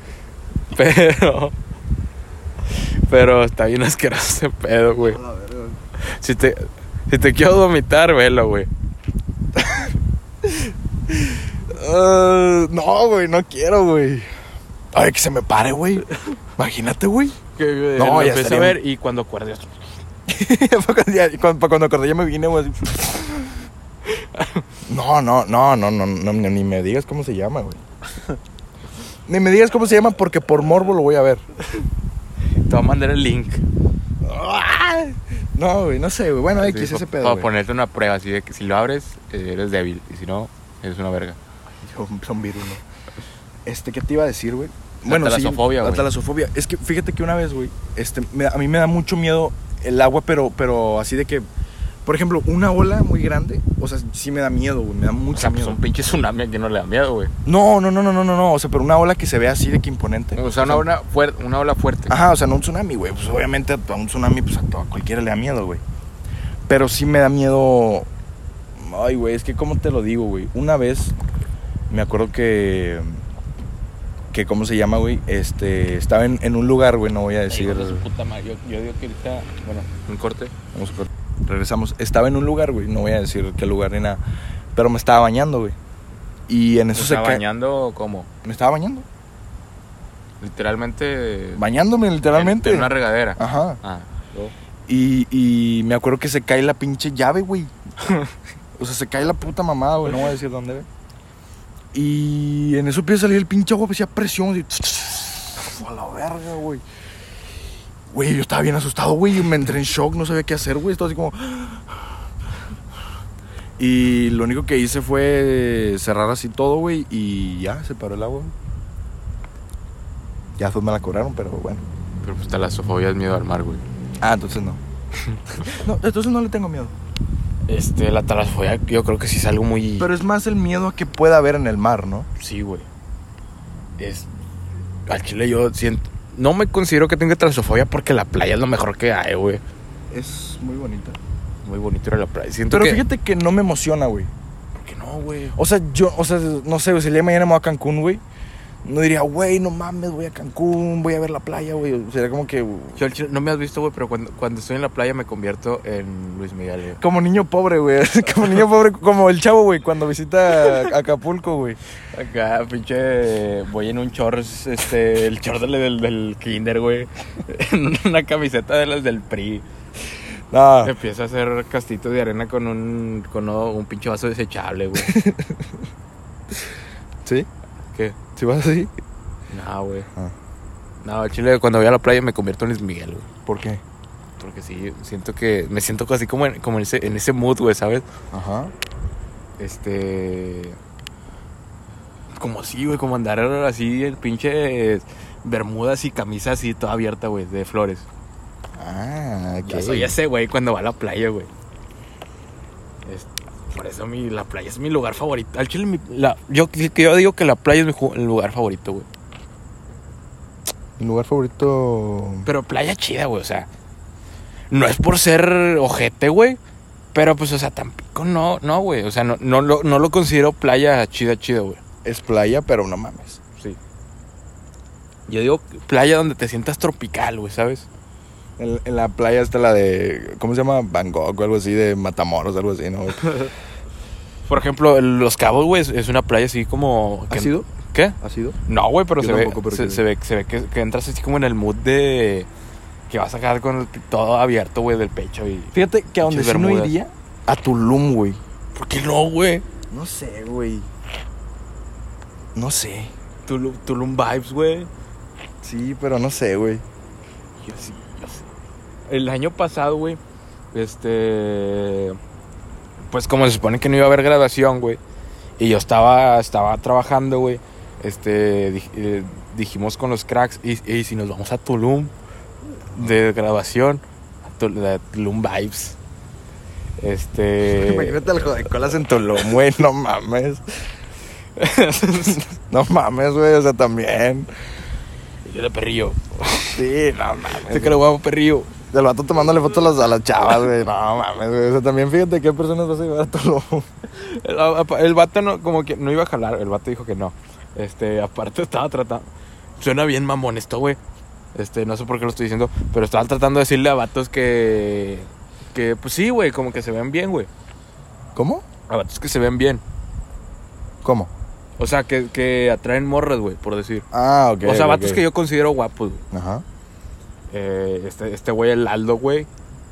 Pero está bien asqueroso ese pedo, güey. Si te quiero vomitar, velo, güey. No, güey, no quiero, güey. Ay, que se me pare, güey. Imagínate, güey. Que No, lo ya empecé estaría- a ver y cuando acuerdes. Cuando acordé ya me vine, güey. Así. No, ni me digas cómo se llama, güey. Ni me digas cómo se llama porque por morbo lo voy a ver. Te voy a mandar el link. No, güey, no sé, güey. Bueno, X, Sí, ese pedo, para güey. ponerte una prueba así de que si lo abres, eres débil. Y si no, eres una verga. Son virus, ¿no? ¿Qué te iba a decir, güey? La talasofobia, La güey. talasofobia. Es que fíjate que una vez, güey, a mí me da mucho miedo el agua, pero así de que, por ejemplo, una ola muy grande, o sea, sí me da miedo, güey, me da O mucho sea, pues miedo. un pinche tsunami a quien no le da miedo, güey. No, o sea, pero una ola que se ve así de que imponente. O sea, una ola fuerte. Ajá, o sea, no un tsunami, güey, pues obviamente a un tsunami, pues a cualquiera le da miedo, güey. Pero sí me da miedo, ay, güey, es que cómo te lo digo, güey. Una vez, me acuerdo que ¿cómo se llama, güey? Estaba en un lugar, güey, no voy a decir. Hijo de su puta madre. Yo digo que ahorita, bueno, un corte. Vamos a cortar. Regresamos. Estaba en un lugar, güey, no voy a decir qué lugar ni nada. Pero me estaba bañando, güey. Y en eso ¿Se se está cae. bañando cómo? Me estaba bañando. Literalmente. Bañándome, literalmente. En una regadera. Ajá. Ah, luego. Y me acuerdo que se cae la pinche llave, güey. O sea, se cae la puta mamada, güey. No voy a decir dónde, güey. Y en eso empieza a salir el pinche agua, hacía presión. Así, a la verga, güey. Güey, yo estaba bien asustado, güey. Me entré en shock, no sabía qué hacer, güey. Estaba así como. Y lo único que hice fue cerrar así todo, güey. Y ya, se paró el agua, güey. Ya después me la cobraron, pero bueno. Pero pues talasofobia es miedo al mar, güey. Ah, entonces no. No, entonces no le tengo miedo. La talasofobia yo creo que sí es algo muy... Pero es más el miedo a que pueda haber en el mar, ¿no? Sí, güey. Al chile yo siento... No me considero que tenga talasofobia porque la playa es lo mejor que hay, güey. Es muy bonita. Muy bonito ir a la playa. Siento Pero que... fíjate que no me emociona, güey. ¿Por qué no, güey? O sea, no sé, güey, si el día de mañana me voy a Cancún, güey, no diría, güey, no mames, voy a Cancún, voy a ver la playa, güey. Sería como que... Yo al chile, no me has visto, güey, pero cuando estoy en la playa me convierto en Luis Miguel, güey. Como niño pobre, güey. Como niño pobre, como el chavo, güey, cuando visita Acapulco, güey. Acá, pinche, voy en un shorts, el short del kinder, güey. En una camiseta de las del PRI. No. Empieza a hacer castitos de arena con un pinche vaso desechable, güey. ¿Sí? ¿Qué? ¿Sí vas así? No, güey. Ah. No, al chile, cuando voy a la playa me convierto en Luis Miguel, güey. ¿Por qué? Porque sí, me siento así como en ese mood, güey, ¿sabes? Ajá. Como así, güey, como andar así, el pinche bermudas y camisa así toda abierta, güey, de flores. Ah, ok. Yo soy ese güey cuando va a la playa, güey. Por eso la playa es mi lugar favorito. Al chile, yo digo que la playa es mi lugar favorito, güey. Mi lugar favorito... Pero playa chida, güey, o sea. No es por ser ojete, güey. Pero pues, o sea, Tampico no, güey. O sea, no lo considero playa chida, güey. Es playa, pero no mames. Sí. Yo digo playa donde te sientas tropical, güey, ¿sabes? En la playa está la de... ¿Cómo se llama? Bangkok o algo así, de Matamoros, algo así, ¿no? Por ejemplo, Los Cabos, güey, es una playa así como... ¿Has ido? ¿Qué? ¿Has ido? No, güey, pero Yo se ve, tampoco, pero se ve que entras así como en el mood de... Que vas a quedar con todo abierto, güey, del pecho y... Fíjate que a donde sí no bermudas. iría, a Tulum, güey. ¿Por qué no, güey? No sé, güey. No sé. Tulum vibes, güey. Sí, pero no sé, güey. Yo sí. El año pasado, güey, pues como se supone que no iba a haber graduación, güey, y yo estaba trabajando, güey, dijimos con los cracks, y si nos vamos a Tulum de graduación, a Tulum vibes. Imagínate el jodecolas en Tulum, güey. No mames. No mames, güey. O sea, también. Yo de perrillo. Sí, no mames. Sé que lo guapo perrillo. El vato tomándole fotos a las chavas, güey. No mames, güey. O sea, también fíjate qué personas vas a llevar a Tulum. El vato no, como que no iba a jalar. El vato dijo que no. Aparte estaba tratando. Suena bien mamón esto, güey. No sé por qué lo estoy diciendo. Pero estaban tratando de decirle a vatos que pues sí, güey. Como que se ven bien, güey. ¿Cómo? A vatos que se ven bien. ¿Cómo? O sea, que atraen morras, güey, por decir. Ah, ok. O sea, ok, vatos ok. que yo considero guapos, güey. Ajá. Este güey, el Aldo, güey.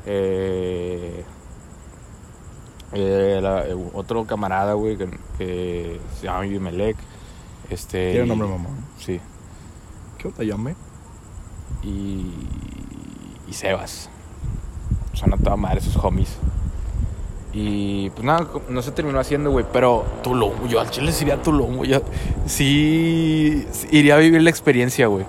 Otro camarada, güey, que se llama Ibimelec. Tiene nombre mamón. Sí. ¿Qué onda, llame? Y Sebas. Son a toda madre esos homies. Y pues nada, no se terminó haciendo, güey. Pero Tulum, yo al chile sí iría a Tulum, güey. Sí iría a vivir la experiencia, güey.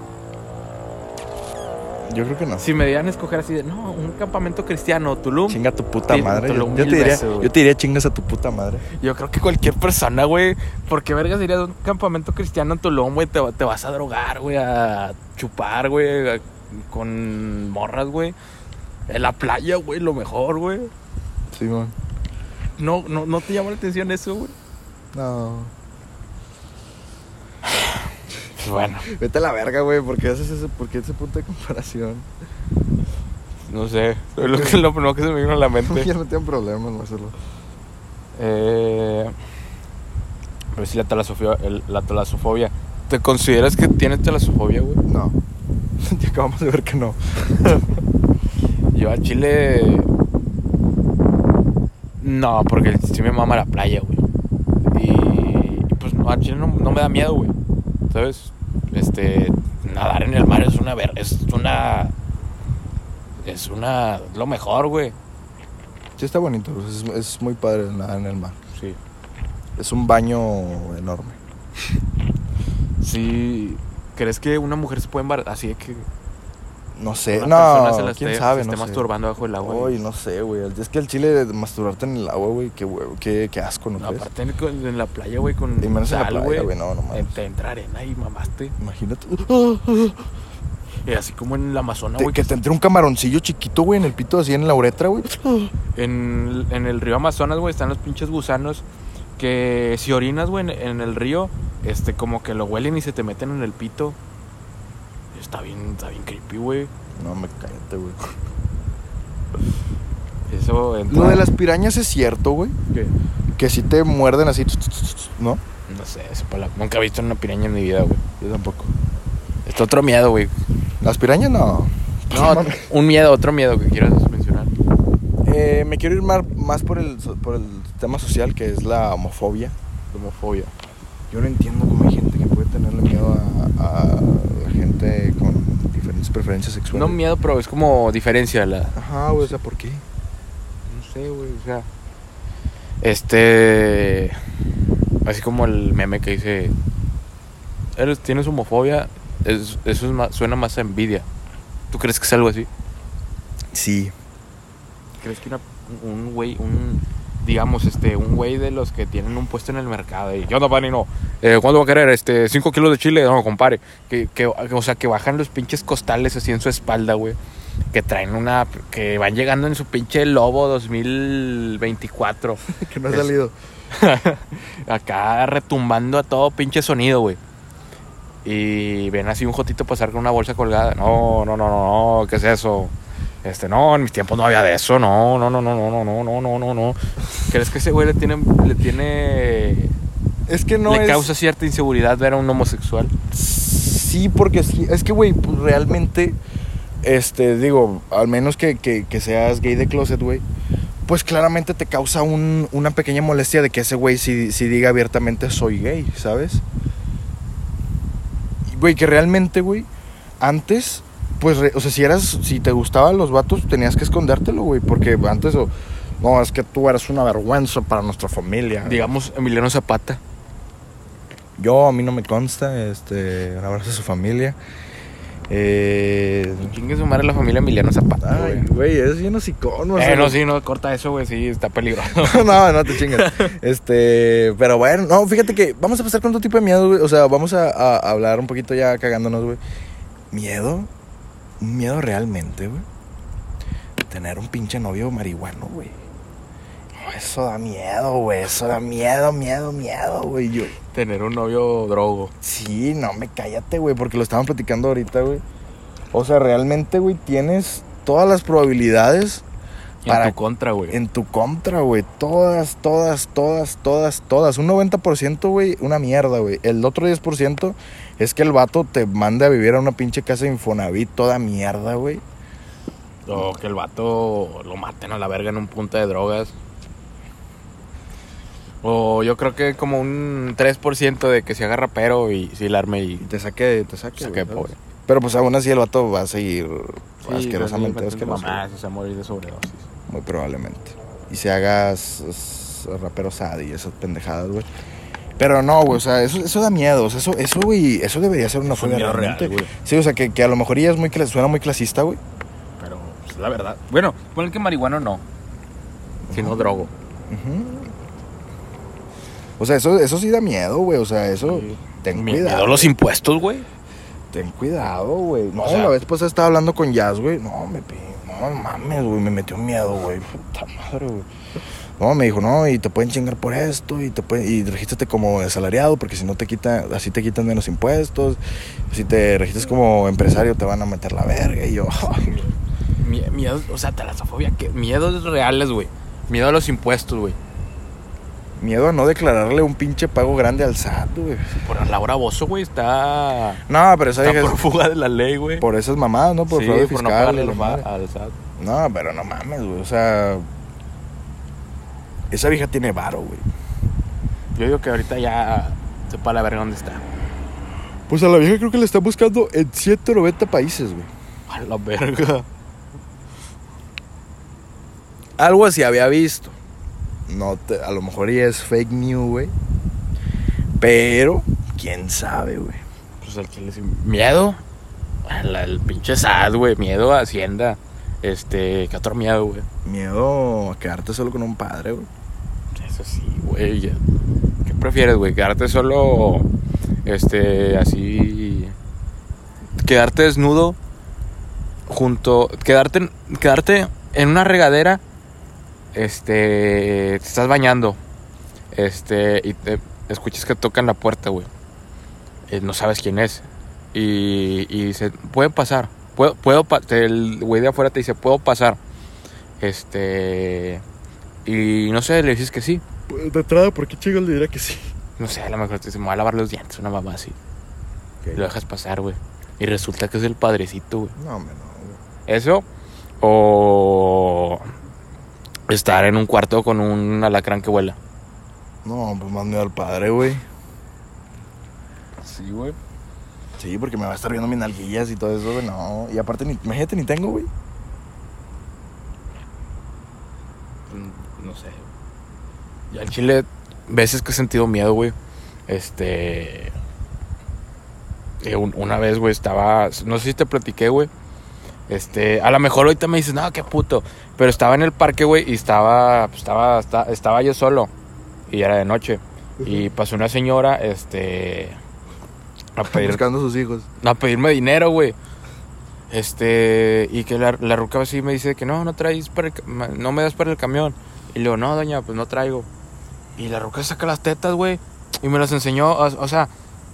Yo creo que no. Si me dieran a escoger así de, no, un campamento cristiano, Tulum. Chinga tu puta Sí, madre. Tulum Yo mil te diría, veces, güey. yo te diría chingas a tu puta madre. Yo creo que cualquier persona, güey. ¿Por qué vergas irías a un campamento cristiano en Tulum, güey? Te vas a drogar, güey, a chupar, güey, con morras, güey. En la playa, güey, lo mejor, güey. Sí, man. No te llama la atención eso, güey. No. Pues bueno, Vete a la verga, güey. ¿Por qué haces por qué ese punto de comparación? no sé. Es lo primero que se me vino a la mente. Ya no tengo problemas, Marcelo. Pero sí, la talasofobia. ¿Te consideras que tienes talasofobia, güey? No. Ya acabamos de ver que no. Yo a Chile... No, porque sí me mama la playa, güey. Y pues a Chile no me da miedo, güey. ¿Sabes? Nadar en el mar es lo mejor, güey. Sí, está bonito. Es muy padre nadar en el mar. Sí. Es un baño enorme. Sí. ¿Crees que una mujer se puede embarazar? Así de que No sé. una No, persona se la quién esté, sabe, se esté no sé. masturbando bajo el agua. Uy, no sé, güey. Es que el chile de masturbarte en el agua, güey, qué huevo, qué asco, ¿no No, crees? aparte en la playa, güey, con Y menos en la sal, playa, güey, no mames. Te entra arena y mamaste. Imagínate. Y así como en el Amazonas, güey. Que te entre un camaroncillo chiquito, güey, en el pito, así en la uretra, güey. En el río Amazonas, güey, están los pinches gusanos que si orinas, güey, en el río, como que lo huelen y se te meten en el pito. Está bien creepy, güey. No, me cállate, güey. Eso entra... Lo de las pirañas es cierto, güey. ¿Qué? Que si te muerden así, ¿no? No sé, nunca he visto una piraña en mi vida, güey. Yo tampoco. Está otro miedo, güey. ¿Las pirañas? No. No, otro miedo que quieras mencionar. Me quiero ir más por el tema social, que es la homofobia. Homofobia. Yo no entiendo cómo hay gente que puede tenerle miedo a la gente con diferentes preferencias sexuales. No miedo, pero es como diferencia la... Ajá, güey, o sea, ¿por qué? No sé, güey, o sea... Así como el meme que dice... ¿Tienes homofobia? Eso suena más a envidia. ¿Tú crees que es algo así? Sí. ¿Crees que un güey de los que tienen un puesto en el mercado y ¿qué onda, panino? ¿Cuánto va a querer? 5 kilos de chile, no, compare. O sea, que bajan los pinches costales así en su espalda, güey. Que traen que van llegando en su pinche Lobo 2024. Que no ha salido. Acá retumbando a todo pinche sonido, güey. Y ven así un jotito pasar con una bolsa colgada. No, ¿qué es eso? No, en mis tiempos no había de eso. No. ¿Crees que ese güey le tiene Es que no le causa cierta inseguridad ver a un homosexual? Sí, porque sí. Es que, güey, pues realmente, digo, al menos que seas gay de closet, güey, pues claramente te causa una pequeña molestia de que ese güey sí diga abiertamente soy gay, ¿sabes? Y, güey, que realmente, güey, antes... Pues, o sea, si te gustaban los vatos, tenías que escondértelo, güey. Porque antes, no, es que tú eres una vergüenza para nuestra familia. Digamos, Emiliano Zapata. A mí no me consta, un abrazo a su familia. Chingue su madre la familia Emiliano Zapata, Ay, güey, es bien hocicón, o sea, no, corta eso, güey, sí, está peligroso. no te chingas. Pero bueno, no, fíjate que vamos a pasar con otro tipo de miedo, güey. O sea, vamos a hablar un poquito ya cagándonos, güey. ¿Miedo? Un miedo realmente, güey. Tener un pinche novio marihuano, güey. Eso da miedo, güey. Eso da miedo, güey. Tener un novio drogo. Sí, no, cállate, güey. Porque lo estaban platicando ahorita, güey. O sea, realmente, güey, tienes todas las probabilidades En tu contra, güey. En tu contra, güey. Todas. Un 90%, güey, una mierda, güey. El otro 10% es que el vato te mande a vivir a una pinche casa de Infonavit toda mierda, güey. O que el vato lo maten a la verga en un punto de drogas. O yo creo que como un 3% de que se haga rapero y si el arme y te saque, güey, pobre. Pero pues aún así el vato va a seguir asquerosamente. Mamá, se va a morir de sobredosis. Muy probablemente. Y se haga rapero sad y esas pendejadas, güey. Pero no, güey, o sea, eso da miedo. O sea, eso, güey, eso debería ser una fuga realmente. Real, güey. Sí, o sea, que a lo mejor ya es suena muy clasista, güey. Pero, pues, la verdad. Bueno, pon el que marihuana no. Sino drogo. O sea, eso sí da miedo, güey. O sea, eso. Sí. Ten cuidado. Miedo los impuestos, güey. Ten cuidado, güey. No, o sea, la vez pasada estaba hablando con Jazz, güey. No mames, güey. Me metió miedo, güey. Puta madre, güey. No, me dijo, no, y te pueden chingar por esto. Y regístrate como asalariado, porque si no así te quitan menos impuestos. Si te registras como empresario, te van a meter la verga. Y yo, miedo, o sea, talasofobia. Miedos reales, güey. Miedo a los impuestos, güey. Miedo a no declararle un pinche pago grande al SAT, güey. Por Laura Bozzo, güey, está... No, pero esa está por fuga de la ley, güey. Por esas mamadas, ¿no? Por fraude fiscal. Por no pagarle al SAT. No, pero no mames, güey. O sea... Esa vieja tiene varo, güey. Yo digo que ahorita ya... sepa la verga dónde está. Pues a la vieja creo que la están buscando en 190 países, güey. A la verga. Algo así había visto. A lo mejor ya es fake news, güey. Pero, quién sabe, güey. Pues al que le dice miedo. El pinche SAT, güey. Miedo a Hacienda. ¿Qué otro miedo, güey? Miedo a quedarte solo con un padre, güey. Eso sí, güey. ¿Qué prefieres, güey? ¿Quedarte solo, así... quedarte desnudo quedarte en una regadera, te estás bañando, y te escuchas que tocan la puerta, güey. No sabes quién es. Y dice, puede pasar. El güey de afuera te dice, puedo pasar. Y no sé, le dices que sí. De entrada, ¿por qué chingados le dirá que sí? No sé, a lo mejor te dice, me voy a lavar los dientes, una mamá así. Okay. Y lo dejas pasar, güey. Y resulta que es el padrecito, güey. No, hombre, no, güey. Eso, o estar en un cuarto con un alacrán que vuela. No, pues más miedo al padre, güey. Sí, güey. Sí, porque me va a estar viendo mis nalguillas y todo eso, güey. No, y aparte, imagínate, ni tengo, güey. No sé. Y al chile, veces que he sentido miedo, güey. Una vez, güey, estaba... No sé si te platiqué, güey. A lo mejor ahorita me dices, no, qué puto. Pero estaba en el parque, güey, y estaba yo solo. Y era de noche. Uh-huh. Y pasó una señora, a pedir... buscando a sus hijos. A pedirme dinero, güey. Y que la ruca así me dice que no traes no me das para el camión. Y le digo, no, doña, pues no traigo. Y la ruca saca las tetas, güey. Y me las enseñó, o sea...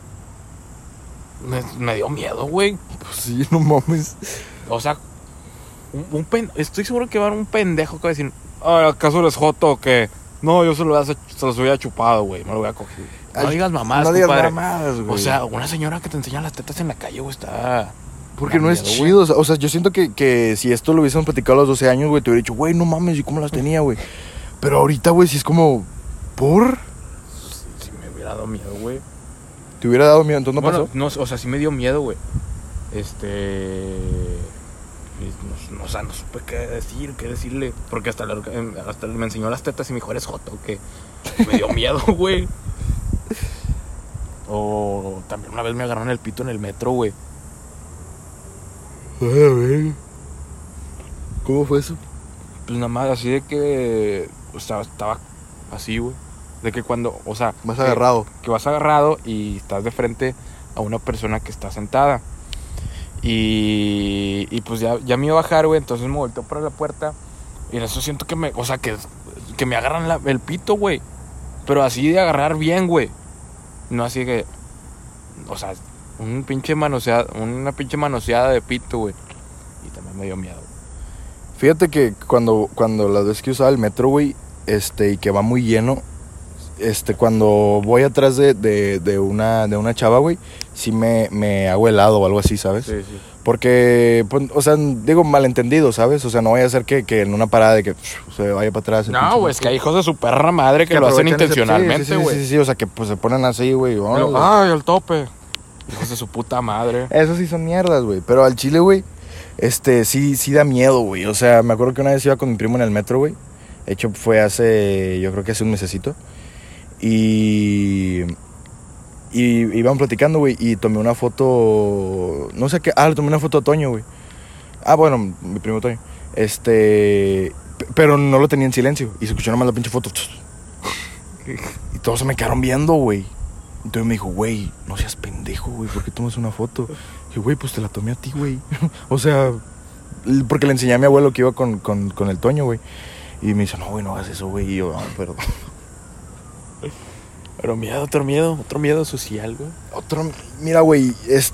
Me dio miedo, güey. Pues sí, no mames. O sea, estoy seguro que va a haber un pendejo que va a decir, ¿acaso eres joto o qué? No, yo se los hubiera chupado, güey. Me lo voy a coger. No digas mamadas, no digas mamadas, güey. O sea, una señora que te enseña las tetas en la calle, güey, está... Porque no es chido, o sea, yo siento que si esto lo hubiésemos platicado a los 12 años, güey, te hubiera dicho, güey, no mames, ¿y cómo las tenía, güey? Pero ahorita, güey, si es como, ¿por? Si me hubiera dado miedo, güey. ¿Te hubiera dado miedo? ¿Entonces no pasó? No, o sea, sí me dio miedo, güey. O sea, no supe qué decirle. Porque hasta me enseñó las tetas y me dijo, ¿eres joto o qué? Me dio miedo, güey. O también una vez me agarraron el pito en el metro, güey. ¿Cómo fue eso? Pues nada más así de que... O sea, estaba así, güey. De que cuando, o sea... Vas agarrado. Que vas agarrado y estás de frente a una persona que está sentada. Y pues ya me iba a bajar, güey. Entonces me volteó para la puerta. Y en eso siento que me... O sea, que me agarran el pito, güey. Pero así de agarrar bien, güey. No así que... O sea, una pinche manoseada de pito, güey. Y también me dio miedo. Fíjate que cuando las veces que usaba el metro, güey, y que va muy lleno, cuando voy atrás de una chava, güey, sí me hago helado o algo así, ¿sabes? Sí, sí. Porque, pues, o sea, digo malentendido, ¿sabes? O sea, no vaya a ser que en una parada de que se vaya para atrás. No, güey, es que hay hijos de su perra madre que lo hacen aprovechan intencionalmente, güey. Sí, o sea, que pues se ponen así, güey. Ay, al tope. Hijos de su puta madre. Esos sí son mierdas, güey. Pero al chile, güey, sí da miedo, güey. O sea, me acuerdo que una vez iba con mi primo en el metro, güey. De hecho, fue yo creo que hace un mesecito. Y iban platicando, güey, y tomé una foto, no sé qué, le tomé una foto a Toño, güey. Bueno, mi primo Toño. Pero no lo tenía en silencio, y se escuchó nomás la pinche foto. Y todos se me quedaron viendo, güey. Entonces me dijo, güey, no seas pendejo, güey, ¿por qué tomas una foto? Y yo, güey, pues te la tomé a ti, güey. O sea, porque le enseñé a mi abuelo que iba con el Toño, güey. Y me dice, no, güey, no hagas eso, güey. Y yo, perdón. Pero otro miedo social, güey. Mira, güey,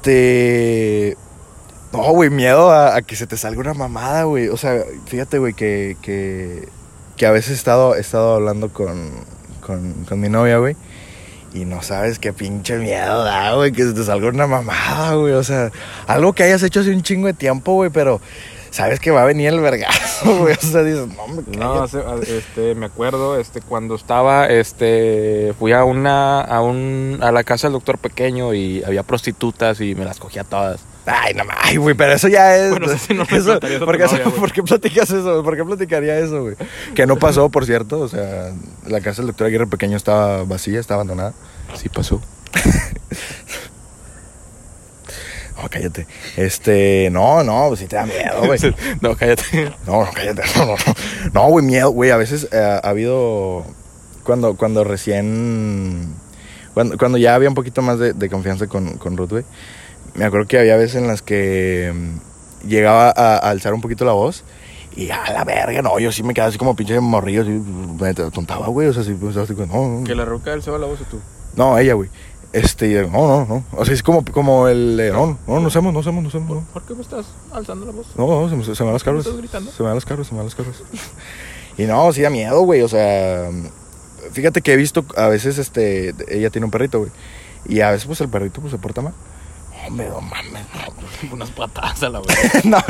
no, güey, miedo a que se te salga una mamada, güey. O sea, fíjate, güey, que a veces he estado hablando con mi novia, güey. Y no sabes qué pinche miedo da, güey, que se te salga una mamada, güey. O sea, algo que hayas hecho hace un chingo de tiempo, güey, pero sabes que va a venir el vergazo, güey. O sea, dices, no, me acuerdo, cuando estaba, fui a la casa del doctor Pequeño y había prostitutas y me las cogía todas. Ay, no mames, güey, pero eso ya es... Bueno, sí, no me eso, contaría ¿por qué platicas eso? ¿Por qué platicaría eso, güey? Que no pasó, por cierto, o sea, la casa del doctor Aguirre Pequeño estaba vacía, estaba abandonada. Sí pasó. No, cállate. No, pues sí te da miedo, güey. No, cállate. No, cállate. No, güey, miedo, güey. A veces ha habido... Cuando recién... Cuando ya había un poquito más de confianza con Ruth, güey. Me acuerdo que había veces en las que llegaba a alzar un poquito la voz y a la verga, no, yo sí me quedaba así como pinche morrillo, así, me tontaba, güey, o sea, sí, pues, así, no. ¿Que la ruca alzaba la voz o tú? No, ella, güey. No. O sea, es como el, no hacemos, no. ¿Por qué me estás alzando la voz? No, se me van las carros. ¿Estás gritando? Se me van las carros. Y no, sí da miedo, güey, o sea, fíjate que he visto, a veces, ella tiene un perrito, güey, y a veces, pues, el perrito, pues, se porta mal. Hombre, no mames, no. Unas patadas a la vez. No.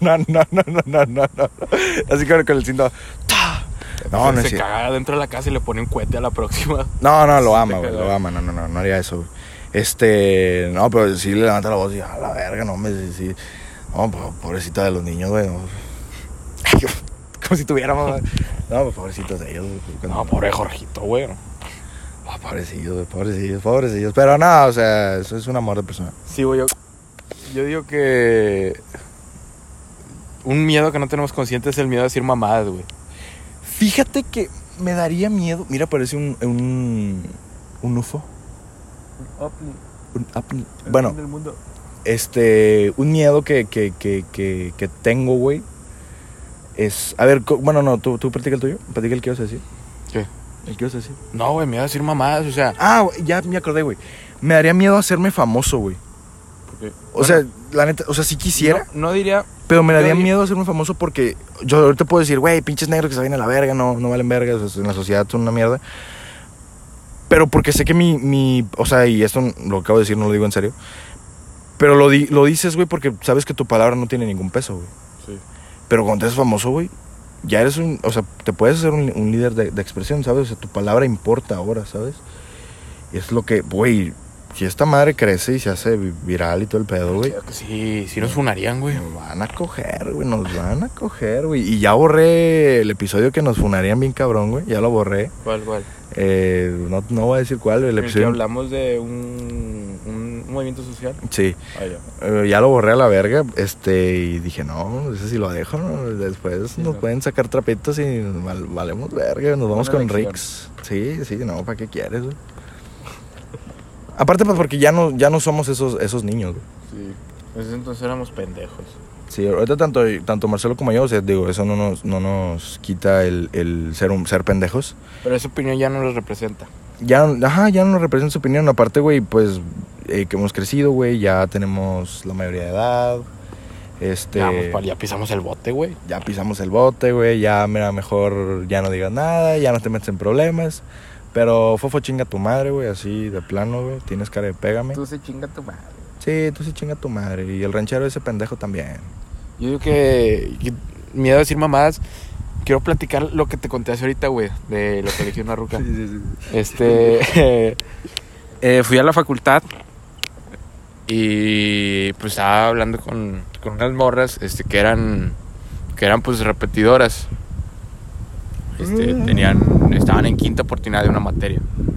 Así con el cinto. No, se caga dentro de la casa y le pone un cohete a la próxima. No, lo ama, güey, lo ama. No haría eso, güey. No, pero sí le levanta la voz y a la verga, no, sí. No, pobrecita de los niños, güey. No. Como si tuviéramos. No, pues pobrecitos de ellos, güey. No, pobre Jorgito, güey. Pobrecillos. Pero no, o sea, eso es un amor de persona. Sí, güey, yo digo que un miedo que no tenemos consciente es el miedo a decir mamadas, güey. Fíjate que me daría miedo. Mira, parece un UFO. Un ovni. Bueno, del mundo. Un miedo que tengo, güey, es... A ver, bueno, no, tú platica el tuyo. Platica el que ibas a decir. ¿Qué? ¿El que ibas a decir? No, güey, me iba a decir mamadas, o sea... Ya me acordé, güey. Me daría miedo hacerme famoso, güey. O sea, la neta, o sea, sí quisiera. No diría... Pero me daría miedo hacerme famoso porque yo ahorita puedo decir, güey, pinches negros que se vayan a la verga, no valen verga, o sea, en la sociedad son una mierda. Pero porque sé que o sea, y esto lo acabo de decir, no lo digo en serio. Pero lo dices, güey, porque sabes que tu palabra no tiene ningún peso, güey. Sí. Pero cuando eres famoso, güey, ya eres o sea, te puedes hacer un líder de expresión, ¿sabes? O sea, tu palabra importa ahora, ¿sabes? Y es lo que, güey, si esta madre crece y se hace viral y todo el pedo, güey. Creo que sí nos funarían, güey. Nos van a coger, güey. Y ya borré el episodio que nos funarían bien cabrón, güey. Ya lo borré. ¿Cuál? No voy a decir cuál. El episodio... que hablamos de un movimiento social. Sí. Ya lo borré a la verga. Y dije, no, ese sí lo dejo, ¿no? Después nos pueden sacar trapitos y valemos verga. Nos vamos con Rix. Sí, no, ¿para qué quieres, güey? Aparte, pues, porque ya no somos esos niños, güey. Sí. Pues entonces éramos pendejos. Sí, ahorita tanto Marcelo como yo, o sea, digo, eso no nos quita el ser pendejos. Pero esa opinión ya no los representa. Ya no nos representa su opinión. Aparte, güey, pues, que hemos crecido, güey, ya tenemos la mayoría de edad. Ya pisamos el bote, güey. Ya pisamos el bote, güey. Ya, mira, mejor ya no digas nada, ya no te metes en problemas. Pero Fofo, chinga tu madre, güey, así de plano, güey. Tienes cara de pégame. Tú se chinga tu madre. Sí, tú sí chinga tu madre. Y el ranchero ese pendejo también. Yo digo que miedo a decir mamadas. Quiero platicar lo que te conté hace ahorita, güey, de lo que elegí una ruca. Sí. Fui a la facultad y pues estaba hablando con unas morras que eran pues repetidoras. Estaban en quinta oportunidad de una materia.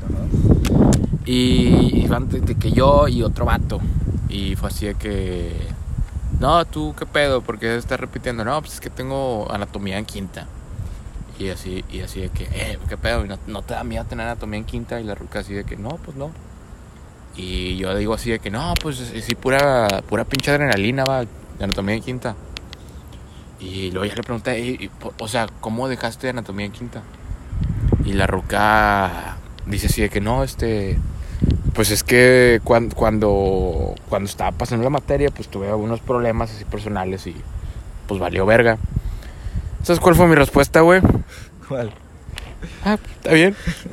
Y iban de que yo y otro vato. Y fue así de que... No, tú, ¿qué pedo? ¿Por qué estás repitiendo? No, pues es que tengo anatomía en quinta. Y así de que, ¿qué pedo? ¿No te da miedo tener anatomía en quinta? Y la ruca así de que, no, pues no. Y yo digo así de que, no, pues sí, pura pinche adrenalina, va, de anatomía en quinta. Y luego ya le pregunté, o sea, ¿cómo dejaste anatomía en quinta? Y la ruca dice así de que, no, pues es que cuando estaba pasando la materia, pues tuve algunos problemas así personales y pues valió verga. ¿Sabes cuál fue mi respuesta, güey? ¿Cuál? Está bien.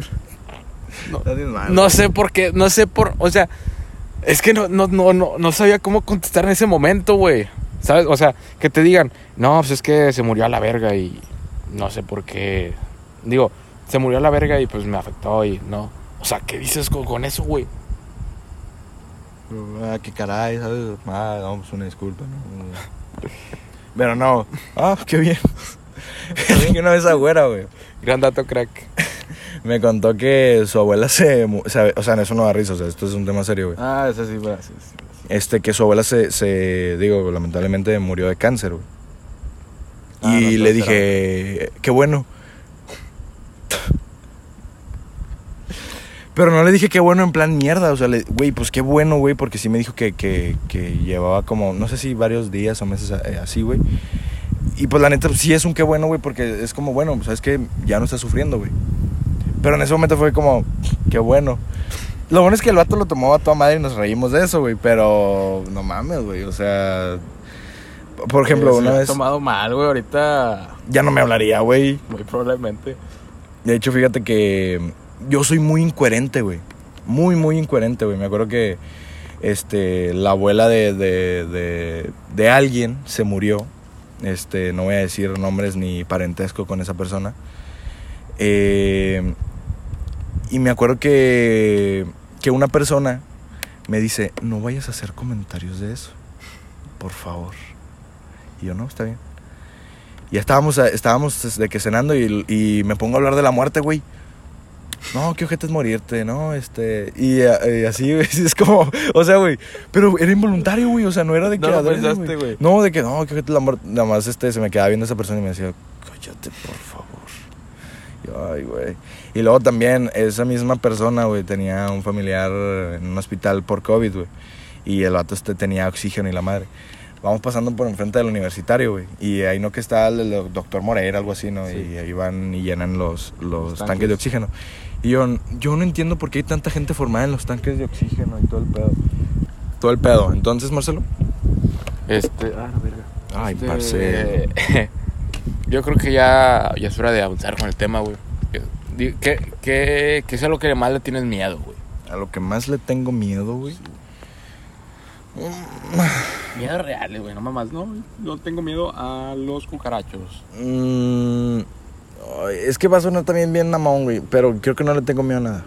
No sé por qué, o sea, es que no sabía cómo contestar en ese momento, güey. ¿Sabes? O sea, que te digan, no, pues es que se murió a la verga y no sé por qué. Digo, se murió a la verga y pues me afectó y no. O sea, ¿qué dices con eso, güey? Qué caray, ¿sabes? No, pues una disculpa, ¿no? Pero no. Qué bien. Que una vez agüera, güey. Gran dato, crack. Me contó que su abuela o sea, eso no da risa, o sea, esto es un tema serio, güey. Eso sí, güey. Sí. Que su abuela digo, lamentablemente murió de cáncer, güey. Y le dije, qué bueno. Pero no le dije qué bueno en plan mierda, o sea, güey, pues qué bueno, güey, porque sí me dijo que llevaba como, no sé si varios días o meses así, güey. Y pues la neta, sí es un qué bueno, güey, porque es como, bueno, pues sabes que ya no está sufriendo, güey. Pero en ese momento fue como, qué bueno. Lo bueno es que el vato lo tomó a toda madre y nos reímos de eso, güey, pero no mames, güey, o sea... Por ejemplo, una vez... tomado mal, güey, ahorita... Ya no me hablaría, güey. Muy probablemente. De hecho, fíjate que yo soy muy incoherente, güey. Muy, muy incoherente, güey. Me acuerdo que la abuela de alguien se murió. No voy a decir nombres ni parentesco con esa persona. Y me acuerdo que una persona me dice, no vayas a hacer comentarios de eso, por favor. Y yo, no, está bien. Ya estábamos de que cenando y me pongo a hablar de la muerte, güey. No, qué ojete es morirte, ¿no? Y así, güey, es como, o sea, güey, pero era involuntario, güey, o sea, no era de que... No lo pensaste, güey. No, de que, no, qué ojete es la muerte. Nada más, se me quedaba viendo esa persona y me decía, cállate, por favor. Yo, ay, güey. Y luego también, esa misma persona, güey, tenía un familiar en un hospital por COVID, güey. Y el vato tenía oxígeno y la madre. Vamos pasando por enfrente del universitario, güey. Y ahí no que está el doctor Moreira, algo así, ¿no? Sí. Y ahí van y llenan los tanques de oxígeno. Y yo no entiendo por qué hay tanta gente formada en los tanques de oxígeno y todo el pedo. Todo el pedo. Entonces, Marcelo. No, verga. Ay, parce. Yo creo que ya es hora de avanzar con el tema, güey. ¿Qué es a lo que más le tienes miedo, güey? A lo que más le tengo miedo, güey. Miedo real, güey, no mamás. No tengo miedo a los cucarachos. Es que va a sonar también bien mamón, güey. Pero creo que no le tengo miedo a nada.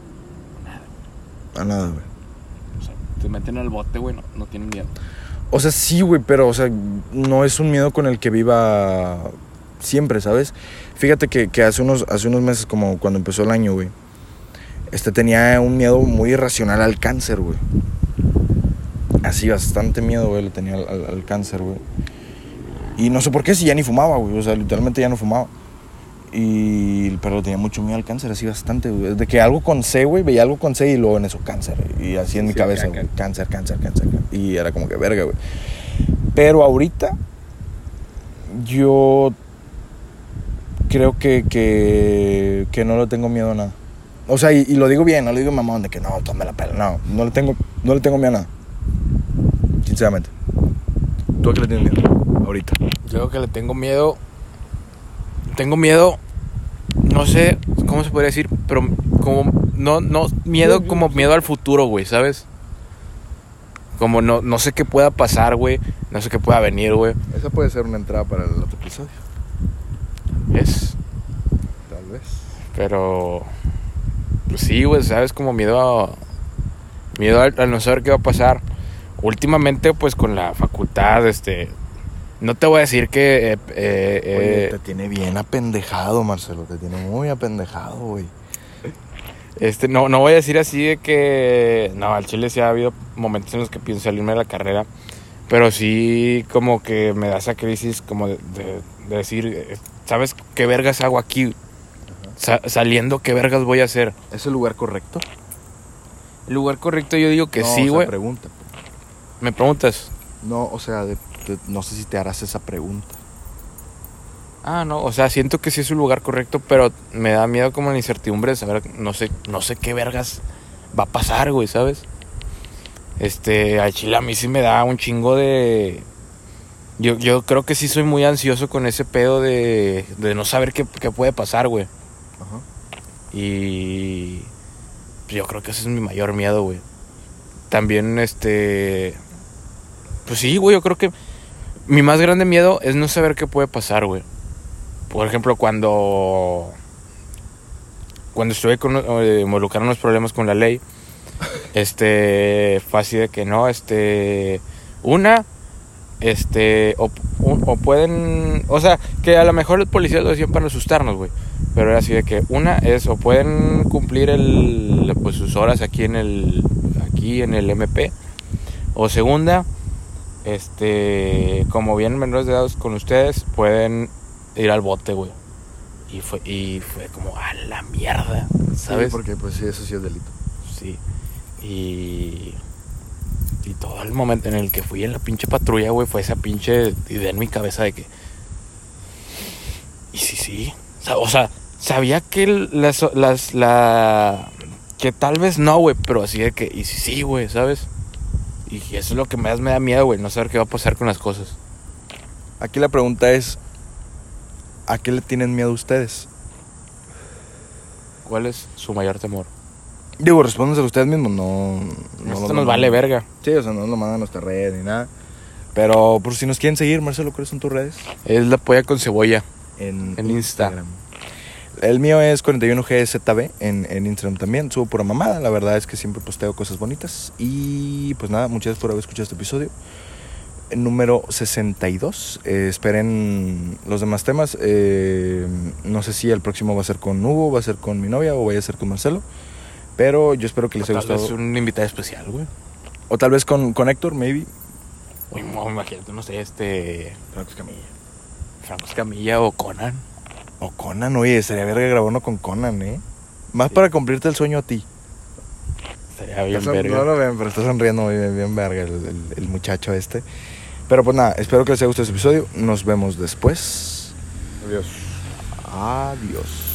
A nada, güey. O sea, te meten al bote, güey, no tienen miedo. O sea, sí, güey, pero, o sea, no es un miedo con el que viva siempre, ¿sabes? Fíjate que hace unos meses, como cuando empezó el año, güey, tenía un miedo muy irracional al cáncer, güey. Así, bastante miedo, güey, le tenía al cáncer, güey. Y no sé por qué, si ya ni fumaba, güey, o sea, literalmente ya no fumaba. Pero tenía mucho miedo al cáncer, así bastante, güey. De que algo con C, güey, veía algo con C y luego en eso cáncer. Y así en mi cabeza, güey, cáncer. Y era como que verga, güey. Pero ahorita yo creo que no le tengo miedo a nada. O sea, y lo digo bien, no lo digo mamón de que no, tome la pela. No le tengo miedo a nada. Sinceramente. ¿Tú a qué le tienes miedo ahorita? Yo que le tengo miedo. Tengo miedo. No sé cómo se podría decir, pero como. No miedo como miedo al futuro, güey, ¿sabes? Como no sé qué pueda pasar, güey. No sé qué pueda venir, güey. Esa puede ser una entrada para el otro episodio. Es. Tal vez. Pero. Pues sí, güey, ¿sabes? Como miedo al no saber qué va a pasar. Últimamente, pues con la facultad, no te voy a decir que. Oye, te tiene bien apendejado, Marcelo. Te tiene muy apendejado, güey. No voy a decir así de que. No, al chile sí ha habido momentos en los que pienso salirme de la carrera. Pero sí, como que me da esa crisis, como de decir, ¿sabes qué vergas hago aquí? Saliendo, ¿qué vergas voy a hacer? ¿Es el lugar correcto? El lugar correcto, yo digo que no, sí, güey. Pregunta. ¿Me preguntas? No, o sea, no sé si te harás esa pregunta. Ah, no, o sea, siento que sí es un lugar correcto, pero me da miedo como la incertidumbre de saber, no sé qué vergas va a pasar, güey, ¿sabes? Al chile a mí sí me da un chingo de... Yo creo que sí soy muy ansioso con ese pedo de no saber qué puede pasar, güey. Ajá. Y... yo creo que ese es mi mayor miedo, güey. También, pues sí, güey, yo creo que mi más grande miedo es no saber qué puede pasar, güey. Por ejemplo, cuando estuve involucrado en unos problemas con la ley, fue así de que no, o pueden, o sea, que a lo mejor el policía lo decían para asustarnos, güey, pero era así de que una es, o pueden cumplir pues sus horas aquí en el MP, o segunda, como vienen menores de edad con ustedes, pueden ir al bote, güey. Y fue como a la mierda, ¿sabes? Sí, porque pues sí, eso sí es delito. Sí. Y todo el momento en el que fui en la pinche patrulla, güey, fue esa pinche idea en mi cabeza de que... ¿Y sí? O sea, sabía que que tal vez no, güey, pero así de que... ¿Y sí, güey? ¿Sabes? Y eso es lo que más me da miedo, güey, no saber qué va a pasar con las cosas. Aquí la pregunta es... ¿a qué le tienen miedo ustedes? ¿Cuál es su mayor temor? Digo, respóndanse ustedes mismos, no Esto nos vale verga. Sí, o sea, no lo mandan a nuestra red ni nada. Pero por si nos quieren seguir, Marcelo, ¿cuáles son tus redes? Es la polla con cebolla. En Instagram. El mío es 41GZB en Instagram también. Subo pura mamada, la verdad es que siempre posteo cosas bonitas. Y pues nada, muchas gracias por haber escuchado este episodio. Número 62. Esperen los demás temas. No sé si el próximo va a ser con Hugo, va a ser con mi novia o vaya a ser con Marcelo. Pero yo espero que les haya gustado. Es un invitado especial, güey. O tal vez con Héctor, maybe. Uy, no, imagínate, no sé, Franco Escamilla. Franco Escamilla o Conan. O Conan, oye, estaría verga grabar uno con Conan, Más sí. Para cumplirte el sueño a ti. Estaría bien verga. No lo ven, pero está sonriendo muy bien verga el muchacho Pero pues nada, espero que les haya gustado este episodio. Nos vemos después. Adiós. Adiós.